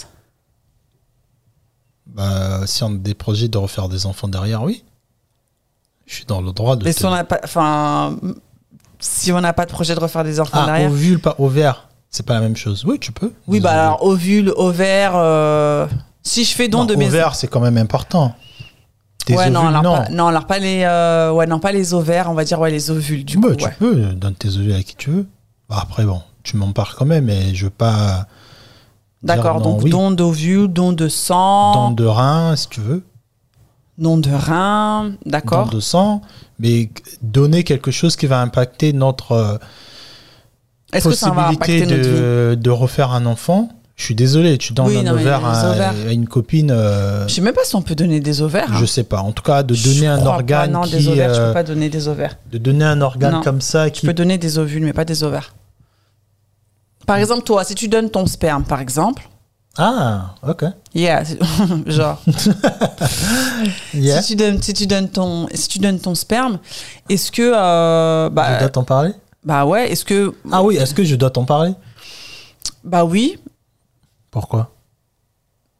Bah, si on a des projets de refaire des enfants derrière, oui. Je suis dans le droit de. Mais te- si on n'a pas enfin si on n'a pas de projet de refaire des enfants Ah, derrière. ovule, pas ovaire. C'est pas la même chose. Oui, tu peux. Oui, Des bah ovules. alors ovule, ovaire. euh, Si je fais don Non, de mes ovaire, c'est quand même important. Tes ouais, non, ovules, alors non. Pas, non, alors pas les, euh, ouais, non, pas les ovaires, on va dire ouais les ovules du Bah, coup. tu Ouais. peux, donne tes ovules à qui tu veux. Bah, après, bon, tu m'en parles quand même, mais je veux pas. D'accord, dire non, donc oui. don d'ovules, don de sang, Don de rein, si tu veux. don de rein, d'accord. Don de sang, mais donner quelque chose qui va impacter notre euh, Est-ce que ça va possibilité impacter notre vie? de, de refaire un enfant. Je suis désolé, tu donnes Oui, un non, mais ovaire les à, ovaires. à une copine. euh, Je sais même pas si on peut donner des ovaires. je hein. sais pas. En tout cas, de Je donner un crois pas, organe non, qui, des ovaires, je euh, peux pas donner des ovaires. de donner un organe Non. comme ça Je qui. peux donner des ovules, mais pas des ovaires. Par exemple, toi, si tu donnes ton sperme, par exemple, Ah, ok. yeah, c'est- genre. Yeah. Si tu donnes, si tu donnes ton, si tu donnes ton sperme, est-ce que, euh, je bah, dois t'en parler. bah ouais, est-ce que, Ah oui, est-ce que je dois t'en parler? bah oui, Pourquoi?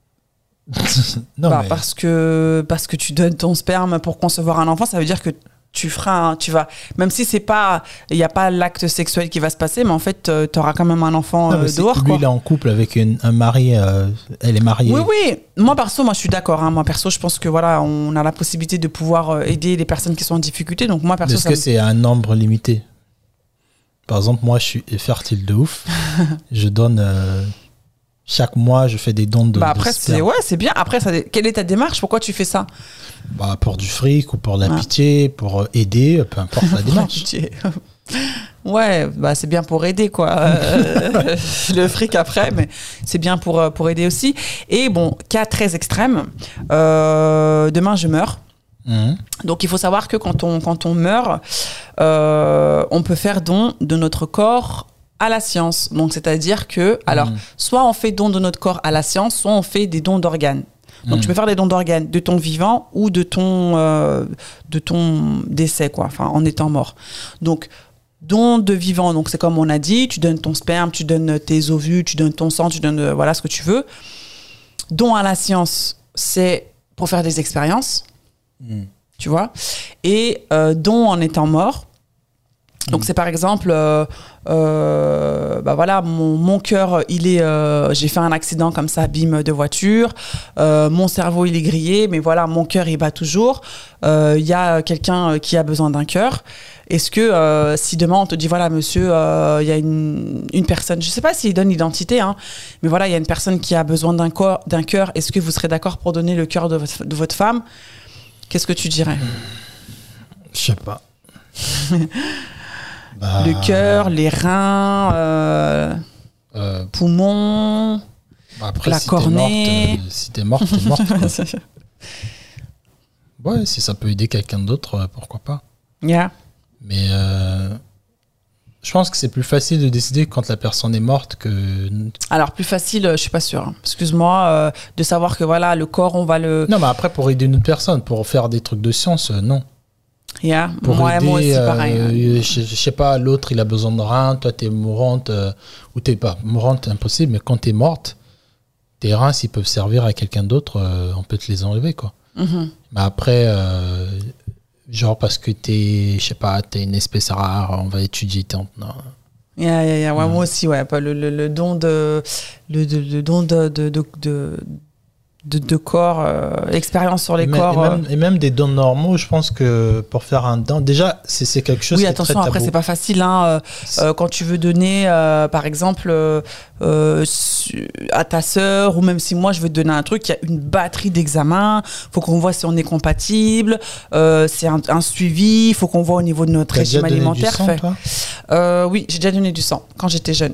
non, bah mais parce que, parce que tu donnes ton sperme pour concevoir un enfant, ça veut dire que tu feras, un, tu vas, même si c'est pas, il n'y a pas l'acte sexuel qui va se passer, mais en fait, euh, tu auras quand même un enfant non, euh, dehors. Lui, quoi. il est en couple avec une, un mari, euh, elle est mariée. Oui, oui. Moi, perso, moi, je suis d'accord. Hein. Moi, perso, je pense que voilà, on a la possibilité de pouvoir euh, aider les personnes qui sont en difficulté. Donc, moi, perso, Est-ce ça que me... c'est un nombre limité? Par exemple, moi, je suis fertile de ouf. Je donne. Euh, chaque mois, je fais des dons de. Bah après, de c'est, ouais, c'est bien. Après, ça, quelle est ta démarche? Pourquoi tu fais ça? Bah, pour du fric ou pour de la Ah. pitié, pour aider, peu importe la démarche. Ouais, bah c'est bien pour aider, quoi. Euh, le fric après, mais c'est bien pour, pour aider aussi. Et bon, cas très extrême, euh, demain je meurs. Mmh. Donc il faut savoir que quand on, quand on meurt, euh, on peut faire don de notre corps à la science. Donc c'est-à-dire que, alors, Mmh. soit on fait don de notre corps à la science, soit on fait des dons d'organes. Donc, Mmh. tu peux faire des dons d'organes de ton vivant ou de ton, euh, de ton décès, quoi, enfin, en étant mort. Donc, don de vivant, donc c'est comme on a dit, tu donnes ton sperme, tu donnes tes ovules, tu donnes ton sang, tu donnes, euh, voilà, ce que tu veux. Don à la science, c'est pour faire des expériences, Mmh. tu vois. Et euh, don en étant mort, donc c'est par exemple, euh, euh, bah voilà, mon, mon cœur, il est, euh, j'ai fait un accident comme ça, bim, de voiture, euh, mon cerveau il est grillé, mais voilà, mon cœur il bat toujours. Il euh, y a quelqu'un qui a besoin d'un cœur. Est-ce que euh, si demain on te dit voilà monsieur, il euh, y a une, une personne, je sais pas s'il donne l'identité, hein, mais voilà, il y a une personne qui a besoin d'un corps, d'un cœur. Est-ce que vous serez d'accord pour donner le cœur de votre, de votre femme? Qu'est-ce que tu dirais? Je sais pas. Bah, Le cœur, les reins, euh, euh, poumons, après, la si cornée. T'es morte, euh, si t'es morte, t'es morte. Quoi. Ouais, si ça peut aider quelqu'un d'autre, euh, pourquoi pas. Yeah. Mais euh, je pense que c'est plus facile de décider quand la personne est morte que. Alors plus facile, je suis pas sûre. Hein. Excuse-moi, euh, de savoir que voilà, le corps, on va le. Non, mais après, pour aider une autre personne, pour faire des trucs de science, euh, non. Yeah. Pour Ouais, aider, moi aussi, euh, pareil. hein. je, je sais pas, l'autre il a besoin de reins, toi t'es mourante, euh, ou t'es pas mourante, impossible, mais quand t'es morte, tes reins s'ils peuvent servir à quelqu'un d'autre, euh, on peut te les enlever, quoi. Mm-hmm. Mais après, euh, genre parce que t'es, je sais pas, t'es une espèce rare, on va étudier ton. Non. Yeah, yeah, yeah. Ouais, Mm. Moi aussi, ouais. Le, le, le don de, le, de, le don de, de, de, de, de, de corps, euh, l'expérience sur les et, même, corps. et, même, et même des dons normaux, je pense que pour faire un don, déjà, c'est, c'est quelque chose Oui, qui attention, est très après, tabou. c'est pas facile. Hein, euh, euh, quand tu veux donner, euh, par exemple, euh, euh, su- à ta sœur, ou même si moi, je veux te donner un truc, il y a une batterie d'examens. Il faut qu'on voit si on est compatible. Euh, c'est un, un suivi. Il faut qu'on voit au niveau de notre T'as déjà régime donné alimentaire. du sang, fait. toi Euh, oui, j'ai déjà donné du sang quand j'étais jeune.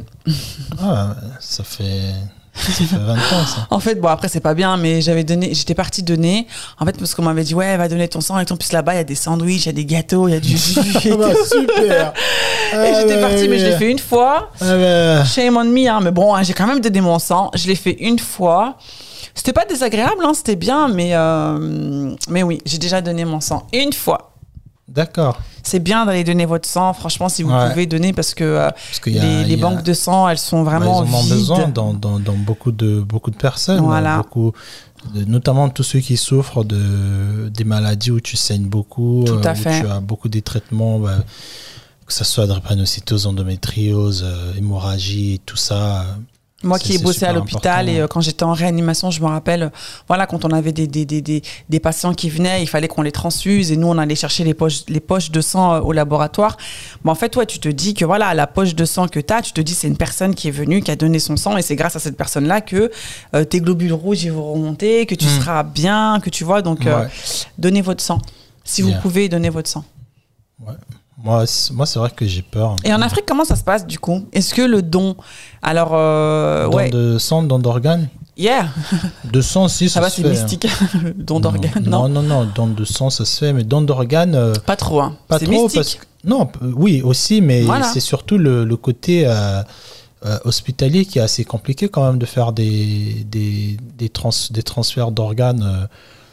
Ah, ça fait, ça fait vingt ans, ça. En fait, bon, après, c'est pas bien, mais j'avais donné, j'étais partie donner. En fait, parce qu'on m'avait dit, ouais, va donner ton sang. Et en plus, là-bas, il y a des sandwichs, il y a des gâteaux, il y a du jus. Ah bah, super. Et j'étais partie, mais je l'ai fait une fois. Ah bah, Shame on me, hein. Mais bon, hein, j'ai quand même donné mon sang. Je l'ai fait une fois. C'était pas désagréable, hein, c'était bien, mais, euh, mais oui, j'ai déjà donné mon sang une fois. d'accord. C'est bien d'aller donner votre sang, franchement, si vous Ouais. pouvez donner, parce que euh, Parce qu'il y a, les, il les y a- banques de sang, elles sont bah, vraiment ils en ont vides. besoin dans, dans, dans beaucoup de beaucoup de personnes, Voilà. beaucoup, de- notamment tous ceux qui souffrent de des maladies où tu saignes beaucoup, Tout à où fait. tu as beaucoup des traitements, bah, que ça soit drépanocytose, endométriose, euh, hémorragie, tout ça. Moi C'est- qui ai c'est bossé à super l'hôpital important. et euh, quand j'étais en réanimation, je me rappelle, euh, voilà, quand on avait des, des, des, des, des patients qui venaient, il fallait qu'on les transfuse et nous, on allait chercher les poches, les poches de sang euh, au laboratoire. Mais en fait, toi, tu te dis que voilà, la poche de sang que tu as, tu te dis c'est une personne qui est venue, qui a donné son sang et c'est grâce à cette personne-là que euh, tes globules rouges ils vont remonter, que tu Mm. seras bien, que tu vois. Donc, euh, Ouais. donnez votre sang. Si Bien. vous pouvez, donnez votre sang. Ouais. Moi, c'est, moi, c'est vrai que j'ai peur. Et en Afrique, comment ça se passe du coup? Est-ce que le don, alors, euh, Don ouais, de sang, don d'organes. yeah, De sang, si, ça, ça va, se c'est fait. mystique, le don d'organes, non? Non, non, non, don de sang, ça se fait, mais don d'organes. euh, Pas trop, hein. Pas C'est trop, mystique. parce que. Non, p- oui, aussi, mais Voilà. c'est surtout le, le côté euh, euh, hospitalier qui est assez compliqué quand même de faire des, des, des, trans, des transferts d'organes. euh.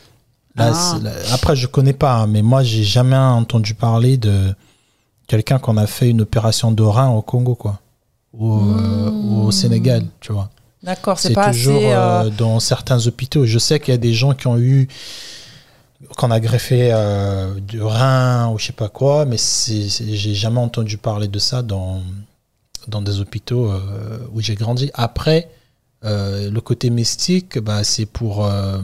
Là, Ah. c'est- là, après, je connais pas, hein, mais moi, j'ai jamais entendu parler de quelqu'un qu'on a fait une opération de rein au Congo, quoi. Ou, euh, ou au Sénégal, tu vois. D'accord, c'est C'est pas toujours assez. euh, euh, dans certains hôpitaux. Je sais qu'il y a des gens qui ont eu qu'on a greffé euh, du rein ou je sais pas quoi, mais c'est, c'est, j'ai jamais entendu parler de ça dans, dans des hôpitaux euh, où j'ai grandi. Après, euh, le côté mystique, bah, c'est pour euh,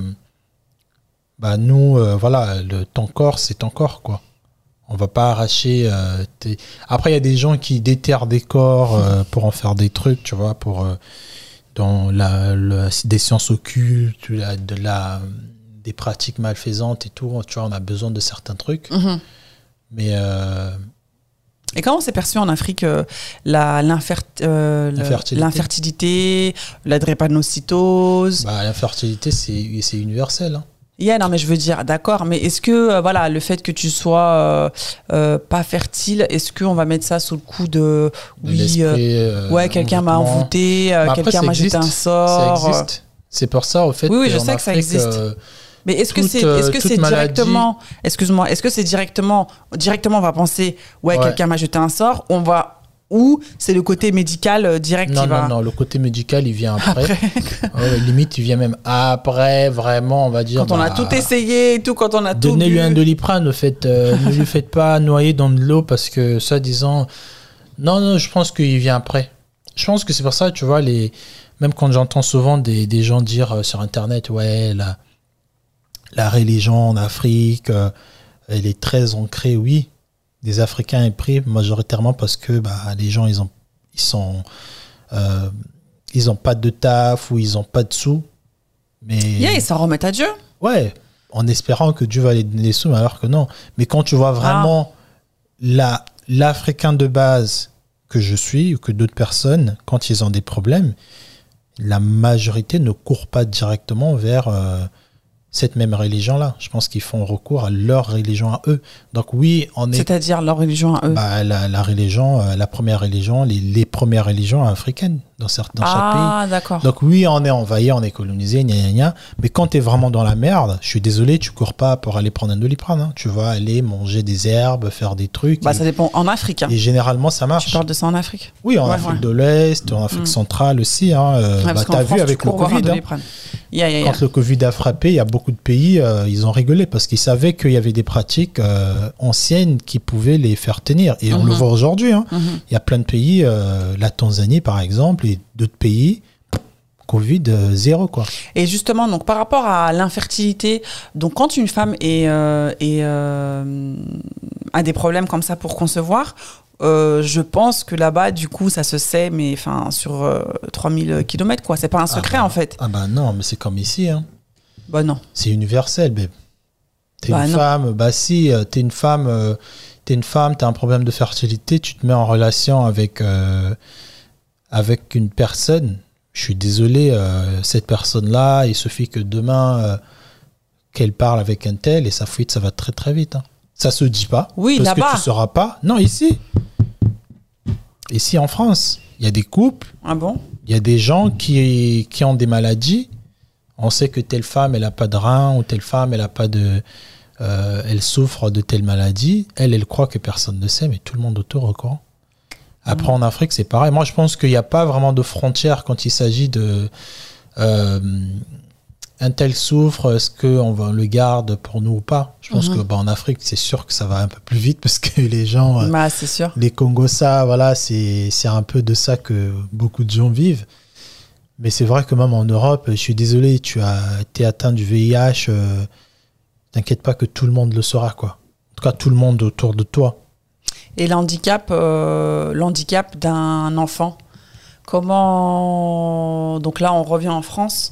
bah, nous, euh, voilà, le, ton corps, c'est ton corps, quoi. On va pas arracher. Euh, tes... Après, il y a des gens qui déterrent des corps euh, pour en faire des trucs, tu vois, pour euh, dans la, la des sciences occultes, la, de la des pratiques malfaisantes et tout, tu vois, on a besoin de certains trucs. Mmh. Mais... Euh... Et comment c'est perçu en Afrique euh, la, l'infer... euh, l'infertilité. l'infertilité, la drépanocytose? Bah, l'infertilité, c'est, c'est universel. Hein. Yeah, non, mais je veux dire, d'accord, mais est-ce que, euh, voilà, le fait que tu sois euh, euh, pas fertile, est-ce qu'on va mettre ça sous le coup de... de oui, euh, ouais, quelqu'un m'a envoûté, euh, quelqu'un m'a jeté un sort. Ça existe. C'est pour ça, au fait. Oui, oui, je sais Afrique, que ça existe. Euh, Mais est-ce que toute, c'est, est-ce que c'est maladie... directement, excuse-moi, est-ce que c'est directement, directement on va penser, ouais, ouais. quelqu'un m'a jeté un sort, on va, ou c'est le côté médical euh, direct non, qui non, va... Non, non, le côté médical, il vient après. après. ouais, limite, il vient même après, vraiment, on va dire... Quand on bah, a tout essayé et tout, quand on a tout donnez-lui un Doliprane, ne, faites, euh, ne lui faites pas noyer dans de l'eau parce que, soi-disant... Non, non, je pense qu'il vient après. Je pense que c'est pour ça, tu vois, les... même quand j'entends souvent des, des gens dire euh, sur Internet, ouais, là... La religion en Afrique, euh, elle est très ancrée, oui. Des Africains est pris majoritairement parce que bah, les gens, ils ont, ils sont, euh, ils ont pas de taf ou ils ont pas de sous. Mais yeah, ils s'en remettent à Dieu. Ouais, en espérant que Dieu va les donner les sous, mais alors que non. Mais quand tu vois vraiment ah. la, l'Africain de base que je suis ou que d'autres personnes, quand ils ont des problèmes, la majorité ne court pas directement vers euh, cette même religion-là. Je pense qu'ils font recours à leur religion à eux. Donc oui, on est... C'est-à-dire leur religion à eux bah, la, la religion, euh, la première religion, les, les premières religions africaines dans, certains, dans ah, chaque pays. Ah, d'accord. Donc oui, on est envahi, on est colonisé, gna gna gna. Mais quand tu es vraiment dans la merde, je suis désolé, tu cours pas pour aller prendre un Doliprane. Hein. Tu vas aller manger des herbes, faire des trucs. Bah, et, ça dépend. En Afrique. Hein. Et généralement, ça marche. Tu parles de ça en Afrique? Oui, en ouais, Afrique ouais. de l'Est, en Afrique mmh. centrale aussi. Hein. Euh, ouais, bah, tu as vu avec le Covid. Hein. Yeah, yeah, yeah. Quand le Covid a frappé, il y a beaucoup de pays, euh, ils ont rigolé parce qu'ils savaient qu'il y avait des pratiques euh, anciennes qui pouvaient les faire tenir. Et mm-hmm. on le voit aujourd'hui. Hein. Mm-hmm. Il y a plein de pays, euh, la Tanzanie par exemple, et d'autres pays, Covid euh, zéro quoi. Et justement, donc par rapport à l'infertilité, donc quand une femme est, euh, est, euh, a des problèmes comme ça pour concevoir, Euh, je pense que là-bas, du coup, ça se sait, mais enfin, sur euh, trois mille kilomètres, quoi. C'est pas un secret, ah bah, en fait. Ah bah non, mais c'est comme ici, hein. Bah non. C'est universel, babe. T'es bah une non. femme, bah si, t'es une femme, euh, t'es une femme, t'as un problème de fertilité, tu te mets en relation avec, euh, avec une personne. Je suis désolé, euh, cette personne-là, il suffit que demain, euh, qu'elle parle avec un tel et ça fuite, ça va très très vite, hein. Ça se dit pas. Oui, parce là-bas. que tu sauras pas. Non, ici. Ici en France, il y a des couples. Ah bon? Il y a des gens qui, qui ont des maladies. On sait que telle femme, elle n'a pas de rein ou telle femme, elle a pas de, euh, elle souffre de telle maladie. Elle, elle croit que personne ne sait, mais tout le monde autour au courant. Après, mmh. en Afrique, c'est pareil. Moi, je pense qu'il n'y a pas vraiment de frontières quand il s'agit de... Euh, un tel souffre, est-ce qu'on le garde pour nous ou pas? Je pense mmh. que bah, en Afrique, c'est sûr que ça va un peu plus vite parce que les gens, bah, c'est sûr. les Congossa, voilà, c'est, c'est un peu de ça que beaucoup de gens vivent. Mais c'est vrai que même en Europe, je suis désolé, tu as été atteint du V I H, euh, t'inquiète pas que tout le monde le saura, quoi. En tout cas, tout le monde autour de toi. Et l'handicap, euh, l'handicap d'un enfant, comment... Donc là, on revient en France.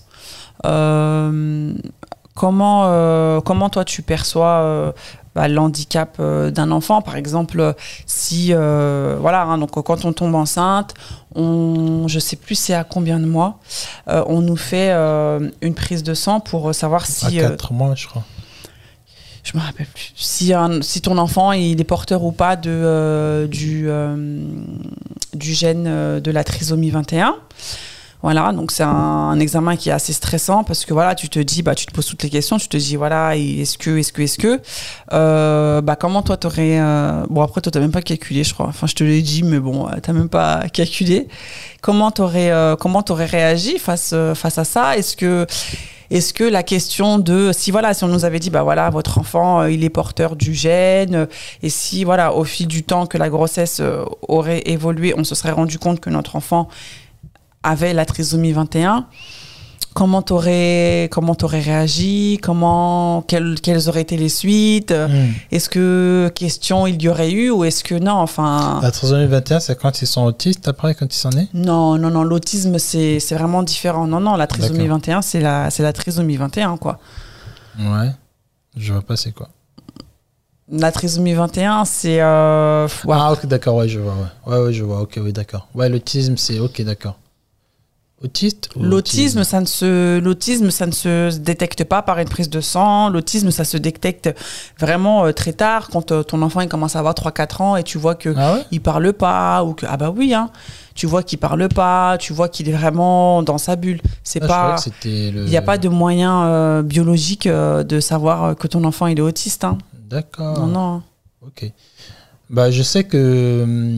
Euh, comment, euh, comment toi tu perçois euh, bah, l'handicap euh, d'un enfant, par exemple, si euh, voilà, hein, donc quand on tombe enceinte, on, je sais plus c'est à combien de mois, euh, on nous fait euh, une prise de sang pour savoir si à quatre euh, mois, je crois. Je me rappelle plus. Si, un, si ton enfant il est porteur ou pas de euh, du euh, du gène euh, de la trisomie vingt et un. Voilà, donc c'est un, un examen qui est assez stressant parce que voilà, tu te dis, bah, tu te poses toutes les questions, tu te dis, voilà, est-ce que, est-ce que, est-ce que, euh, bah, comment toi t'aurais, euh, bon après toi t'as même pas calculé, je crois, enfin je te l'ai dit, mais bon, t'as même pas calculé. Comment t'aurais, euh, comment t'aurais réagi face, euh, face à ça? Est-ce que, est-ce que la question de si voilà si on nous avait dit bah voilà votre enfant euh, il est porteur du gène euh, et si voilà au fil du temps que la grossesse euh, aurait évolué, on se serait rendu compte que notre enfant avait la trisomie vingt et un, comment t'aurais comment t'aurais réagi, comment quelles, quelles auraient été les suites, mm. est-ce que question il y aurait eu ou est-ce que non, enfin la trisomie vingt et un c'est quand ils sont autistes après quand ils sont nés? Non non non, l'autisme c'est c'est vraiment différent. Non non, la trisomie D'accord. vingt et un c'est la c'est la trisomie vingt et un quoi. Ouais. Je vois pas c'est quoi. La trisomie vingt et un c'est euh... ouais. Ah OK d'accord, ouais, je vois ouais. Ouais ouais, je vois. OK oui, d'accord. Ouais, l'autisme c'est OK d'accord. Autiste l'autisme, autisme ça ne se, l'autisme, ça ne se détecte pas par une prise de sang. L'autisme, ça se détecte vraiment euh, très tard, quand euh, ton enfant il commence à avoir trois quatre ans et tu vois qu'il ah ouais ne parle pas. Ou que, ah bah oui, hein, tu vois qu'il ne parle pas, tu vois qu'il est vraiment dans sa bulle. C'est ah, pas, il n'y le... a pas de moyen euh, biologique euh, de savoir que ton enfant il est autiste. Hein. D'accord. Non, non. Ok. Bah, je sais que,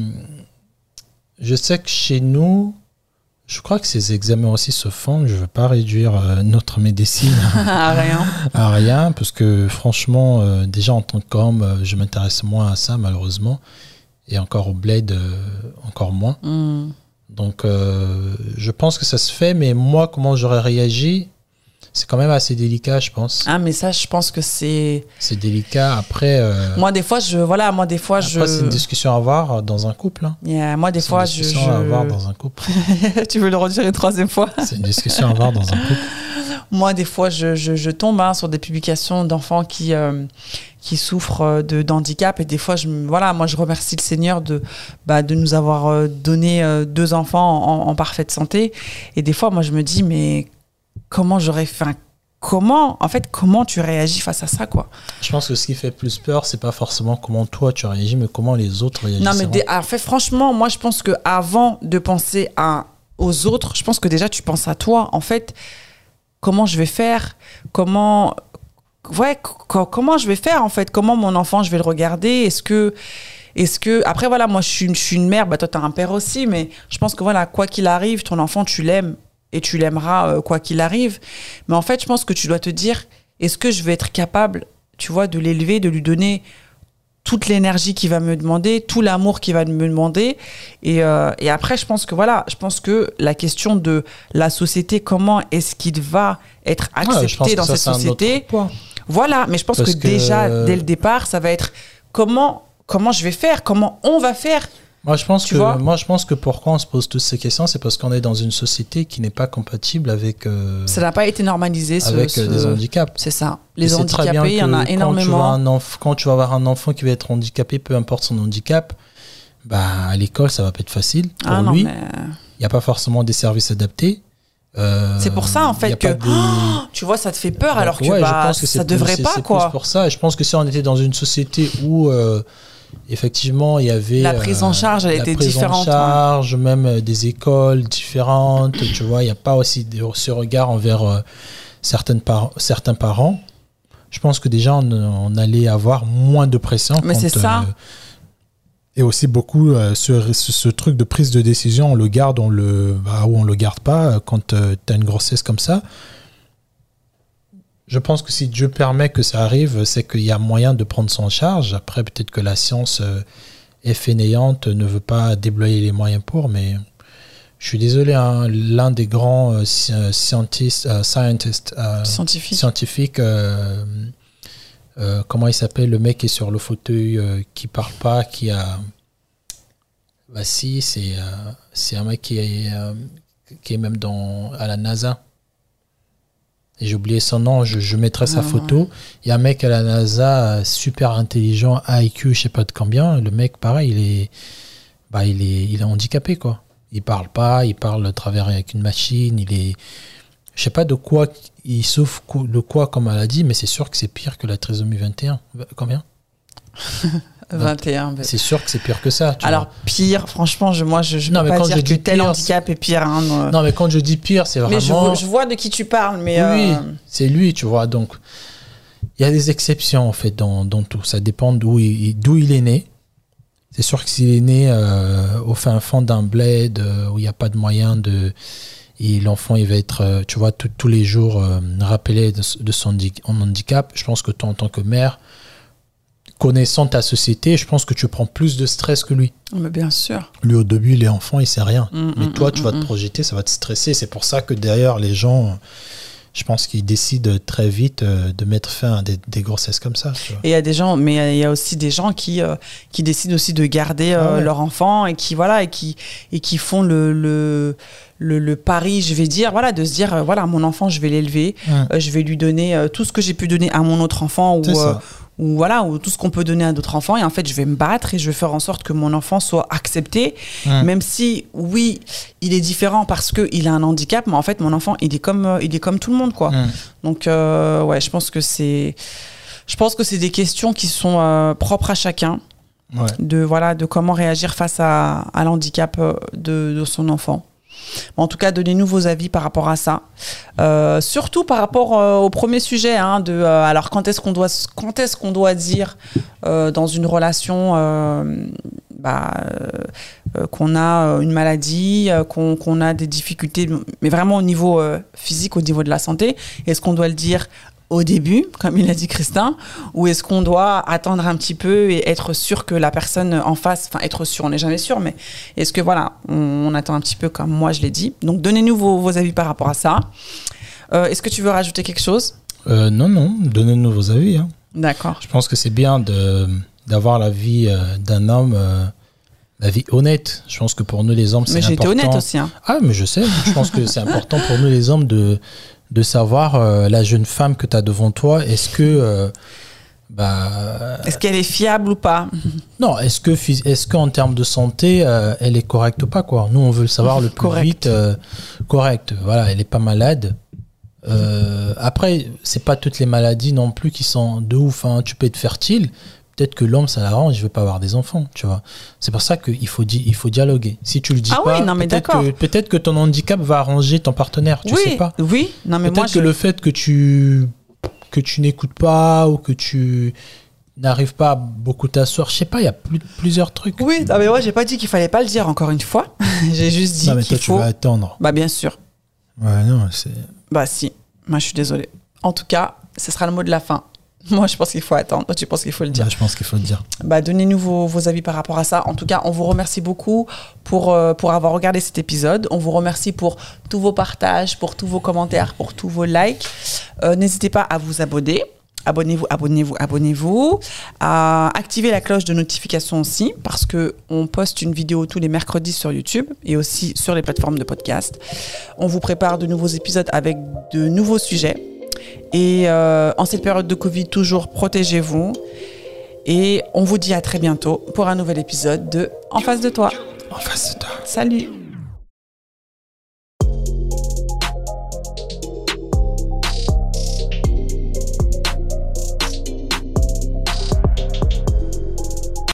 je sais que chez nous, je crois que ces examens aussi se font. Je ne veux pas réduire euh, notre médecine à rien. À rien, parce que franchement, euh, déjà en tant qu'homme, euh, je m'intéresse moins à ça, malheureusement. Et encore au bled, euh, encore moins. Mm. Donc, euh, je pense que ça se fait, mais moi, comment j'aurais réagi, c'est quand même assez délicat, je pense. Ah, mais ça, je pense que c'est... C'est délicat. Après... Euh... Moi, des fois, je... Voilà, moi, des fois, Après, je... c'est une discussion à avoir dans un couple. Hein. Yeah, moi, des c'est fois, je... C'est une discussion je... à avoir dans un couple. Tu veux le redire une troisième fois? C'est une discussion à avoir dans un couple. Moi, des fois, je, je, je tombe hein, sur des publications d'enfants qui, euh, qui souffrent de, d'handicap. Et des fois, je, voilà, moi, je remercie le Seigneur de, bah, de nous avoir donné euh, deux enfants en, en parfaite santé. Et des fois, moi, je me dis, mais comment j'aurais fait... Comment, en fait, comment tu réagis face à ça, quoi? Je pense que ce qui fait plus peur, c'est pas forcément comment toi tu réagis, mais comment les autres réagissent. Non, mais des, en fait, franchement, moi, je pense qu'avant de penser à, aux autres, je pense que déjà, tu penses à toi. En fait, comment je vais faire? Comment... Ouais, co- comment je vais faire, en fait? Comment mon enfant, je vais le regarder? Est-ce que... Est-ce que... Après, voilà, moi, je suis une, je suis une mère. Bah, toi, t'as un père aussi, mais je pense que, voilà, quoi qu'il arrive, ton enfant, tu l'aimes. Et tu l'aimeras euh, quoi qu'il arrive. Mais en fait, je pense que tu dois te dire, est-ce que je vais être capable, tu vois, de l'élever, de lui donner toute l'énergie qu'il va me demander, tout l'amour qu'il va me demander. Et, euh, et après, je pense que voilà, je pense que la question de la société, comment est-ce qu'il va être accepté ouais, dans cette ça, société, voilà. Mais je pense que, que déjà, euh... dès le départ, ça va être comment, comment je vais faire, comment on va faire. Moi je, pense que, moi, je pense que pourquoi on se pose toutes ces questions, c'est parce qu'on est dans une société qui n'est pas compatible avec... Euh, ça n'a pas été normalisé. Ce, avec ce... des handicaps. C'est ça. Les handicapés, il y en a énormément. Quand tu, enf- quand tu vas avoir un enfant qui va être handicapé, peu importe son handicap, bah, à l'école, ça va pas être facile pour ah, lui. Il mais... n'y a pas forcément des services adaptés. Euh, c'est pour ça, en fait, que des... oh, tu vois, ça te fait peur, donc, alors que, ouais, bah, je pense que ça c'est devrait plus, pas, c'est, quoi. C'est pour ça. Et je pense que si on était dans une société où... Euh, effectivement, il y avait la prise en charge, elle euh, était la prise différente. En charge, ouais. Même euh, des écoles différentes. Tu vois, il n'y a pas aussi de, ce regard envers euh, certaines par, certains parents. Je pense que déjà, on, on allait avoir moins de pression. Mais quand, c'est ça. Euh, et aussi beaucoup euh, ce, ce, ce truc de prise de décision, on le garde, on le, bah, ou on le garde pas quand euh, tu as une grossesse comme ça. Je pense que si Dieu permet que ça arrive, c'est qu'il y a moyen de prendre ça en charge. Après, peut-être que la science euh, est fainéante, ne veut pas déployer les moyens pour, mais je suis désolé, hein, l'un des grands euh, scientistes, euh, scientists, euh, scientifique. scientifiques, euh, euh, comment il s'appelle, le mec qui est sur le fauteuil, euh, qui parle pas, qui a... Bah si, c'est, euh, c'est un mec qui est, euh, qui est même dans, à la NASA. Et j'ai oublié son nom, je, je mettrai sa ah, photo. Ouais. Il y a un mec à la NASA, super intelligent, I Q, je sais pas de combien. Le mec, pareil, il est, bah, il est, il est handicapé, quoi. Il parle pas, il parle à travers avec une machine. Il est, je sais pas de quoi, il souffre de quoi comme maladie, mais c'est sûr que c'est pire que la trisomie vingt et un. Combien? vingt et un. Ben. C'est sûr que c'est pire que ça. Tu Alors, vois. Pire, franchement, je, moi, je ne peux pas dire que tel pire, handicap est pire. Hein, non. non, mais quand je dis pire, c'est vraiment... Mais je vois, je vois de qui tu parles. Mais oui, euh... c'est lui, tu vois. Donc, il y a des exceptions, en fait, dans, dans tout. Ça dépend d'où il, d'où il est né. C'est sûr que s'il est né euh, au fin fond d'un bled, euh, où il n'y a pas de moyen de... et l'enfant il va être, euh, tu vois, tout- tous les jours euh, rappelé de, de son di- handicap. Je pense que toi, en tant que mère, connaissant ta société, je pense que tu prends plus de stress que lui. Mais bien sûr. Lui, au début, il est enfant, il sait rien. Mm, Mais mm, toi, mm, tu vas mm, te projeter, ça va te stresser. C'est pour ça que derrière, les gens, je pense qu'ils décident très vite euh, de mettre fin à des, des grossesses comme ça. Tu vois. Et il y a des gens, mais il y a aussi des gens qui euh, qui décident aussi de garder euh, Ah ouais. leur enfant et qui voilà et qui et qui font le le le, le pari, je vais dire, voilà, de se dire, euh, voilà, mon enfant, je vais l'élever, Hum. euh, je vais lui donner euh, tout ce que j'ai pu donner à mon autre enfant ou C'est ça. euh, ou voilà, ou tout ce qu'on peut donner à d'autres enfants. Et en fait, je vais me battre et je vais faire en sorte que mon enfant soit accepté, Hum. même si, oui, il est différent parce qu'il a un handicap, mais en fait, mon enfant, il est comme, euh, il est comme tout le monde, quoi. Hum. Donc, euh, ouais, je pense que c'est, je pense que c'est des questions qui sont euh, propres à chacun, Ouais. de voilà, de comment réagir face à, à l'handicap euh, de, de son enfant. En tout cas, donnez-nous vos avis par rapport à ça. Euh, surtout par rapport euh, au premier sujet, hein, de euh, alors quand est-ce qu'on doit quand est-ce qu'on doit dire euh, dans une relation euh, bah, euh, qu'on a une maladie, euh, qu'on, qu'on a des difficultés, mais vraiment au niveau euh, physique, au niveau de la santé. Est-ce qu'on doit le dire au début, comme il a dit Christin, ou est-ce qu'on doit attendre un petit peu et être sûr que la personne en face, enfin être sûr, on n'est jamais sûr, mais est-ce que voilà, on, on attend un petit peu comme moi je l'ai dit. Donc donnez-nous vos, vos avis par rapport à ça. Euh, est-ce que tu veux rajouter quelque chose ? Euh, non, non, donnez-nous vos avis. Hein. D'accord. Je pense que c'est bien de, d'avoir la vie euh, d'un homme, euh, la vie honnête. Je pense que pour nous les hommes, c'est Mais j'ai important. été honnête aussi. Hein. Ah, mais je sais. Je pense que c'est important pour nous les hommes de, de savoir euh, la jeune femme que tu as devant toi. Est-ce que... euh, bah, Est-ce qu'elle est fiable ou pas ? non, est-ce que phys- est-ce qu'en termes de santé, euh, elle est correcte ou pas, quoi. Nous, on veut le savoir le plus Correct. vite. euh, correct. Voilà, elle est pas malade. Euh, après, c'est pas toutes les maladies non plus qui sont de ouf. Hein. Tu peux être fertile. Peut-être que l'homme, ça l'arrange, il veut pas avoir des enfants, tu vois. C'est pour ça qu'il faut, di- il faut dialoguer. Si tu le dis Ah pas, oui, non, mais peut-être, d'accord. que, peut-être que ton handicap va arranger ton partenaire, tu oui, sais pas. oui. Non, mais Peut-être moi, que je... le fait que tu, que tu n'écoutes pas ou que tu n'arrives pas à beaucoup t'asseoir, je sais pas, il y a plus, plusieurs trucs. Oui, non, mais moi, j'ai pas dit qu'il fallait pas le dire encore une fois. J'ai juste dit Non, mais qu'il toi, faut... tu vas attendre. Bah, bien sûr. Ouais, non, c'est... Bah, si. Moi, je suis désolée. En tout cas, ce sera le mot de la fin. Moi, je pense qu'il faut attendre. Toi, tu penses qu'il faut le dire. Ouais, je pense qu'il faut le dire. Bah, donnez-nous vos, vos avis par rapport à ça. En tout cas, on vous remercie beaucoup pour, euh, pour avoir regardé cet épisode. On vous remercie pour tous vos partages, pour tous vos commentaires, pour tous vos likes. Euh, n'hésitez pas à vous abonner. Abonnez-vous, abonnez-vous, abonnez-vous. À activer la cloche de notification aussi, parce qu'on poste une vidéo tous les mercredis sur YouTube et aussi sur les plateformes de podcast. On vous prépare de nouveaux épisodes avec de nouveaux sujets. Et euh, en cette période de Covid, toujours protégez-vous. Et on vous dit à très bientôt pour un nouvel épisode de En face de toi. En face de toi. Salut!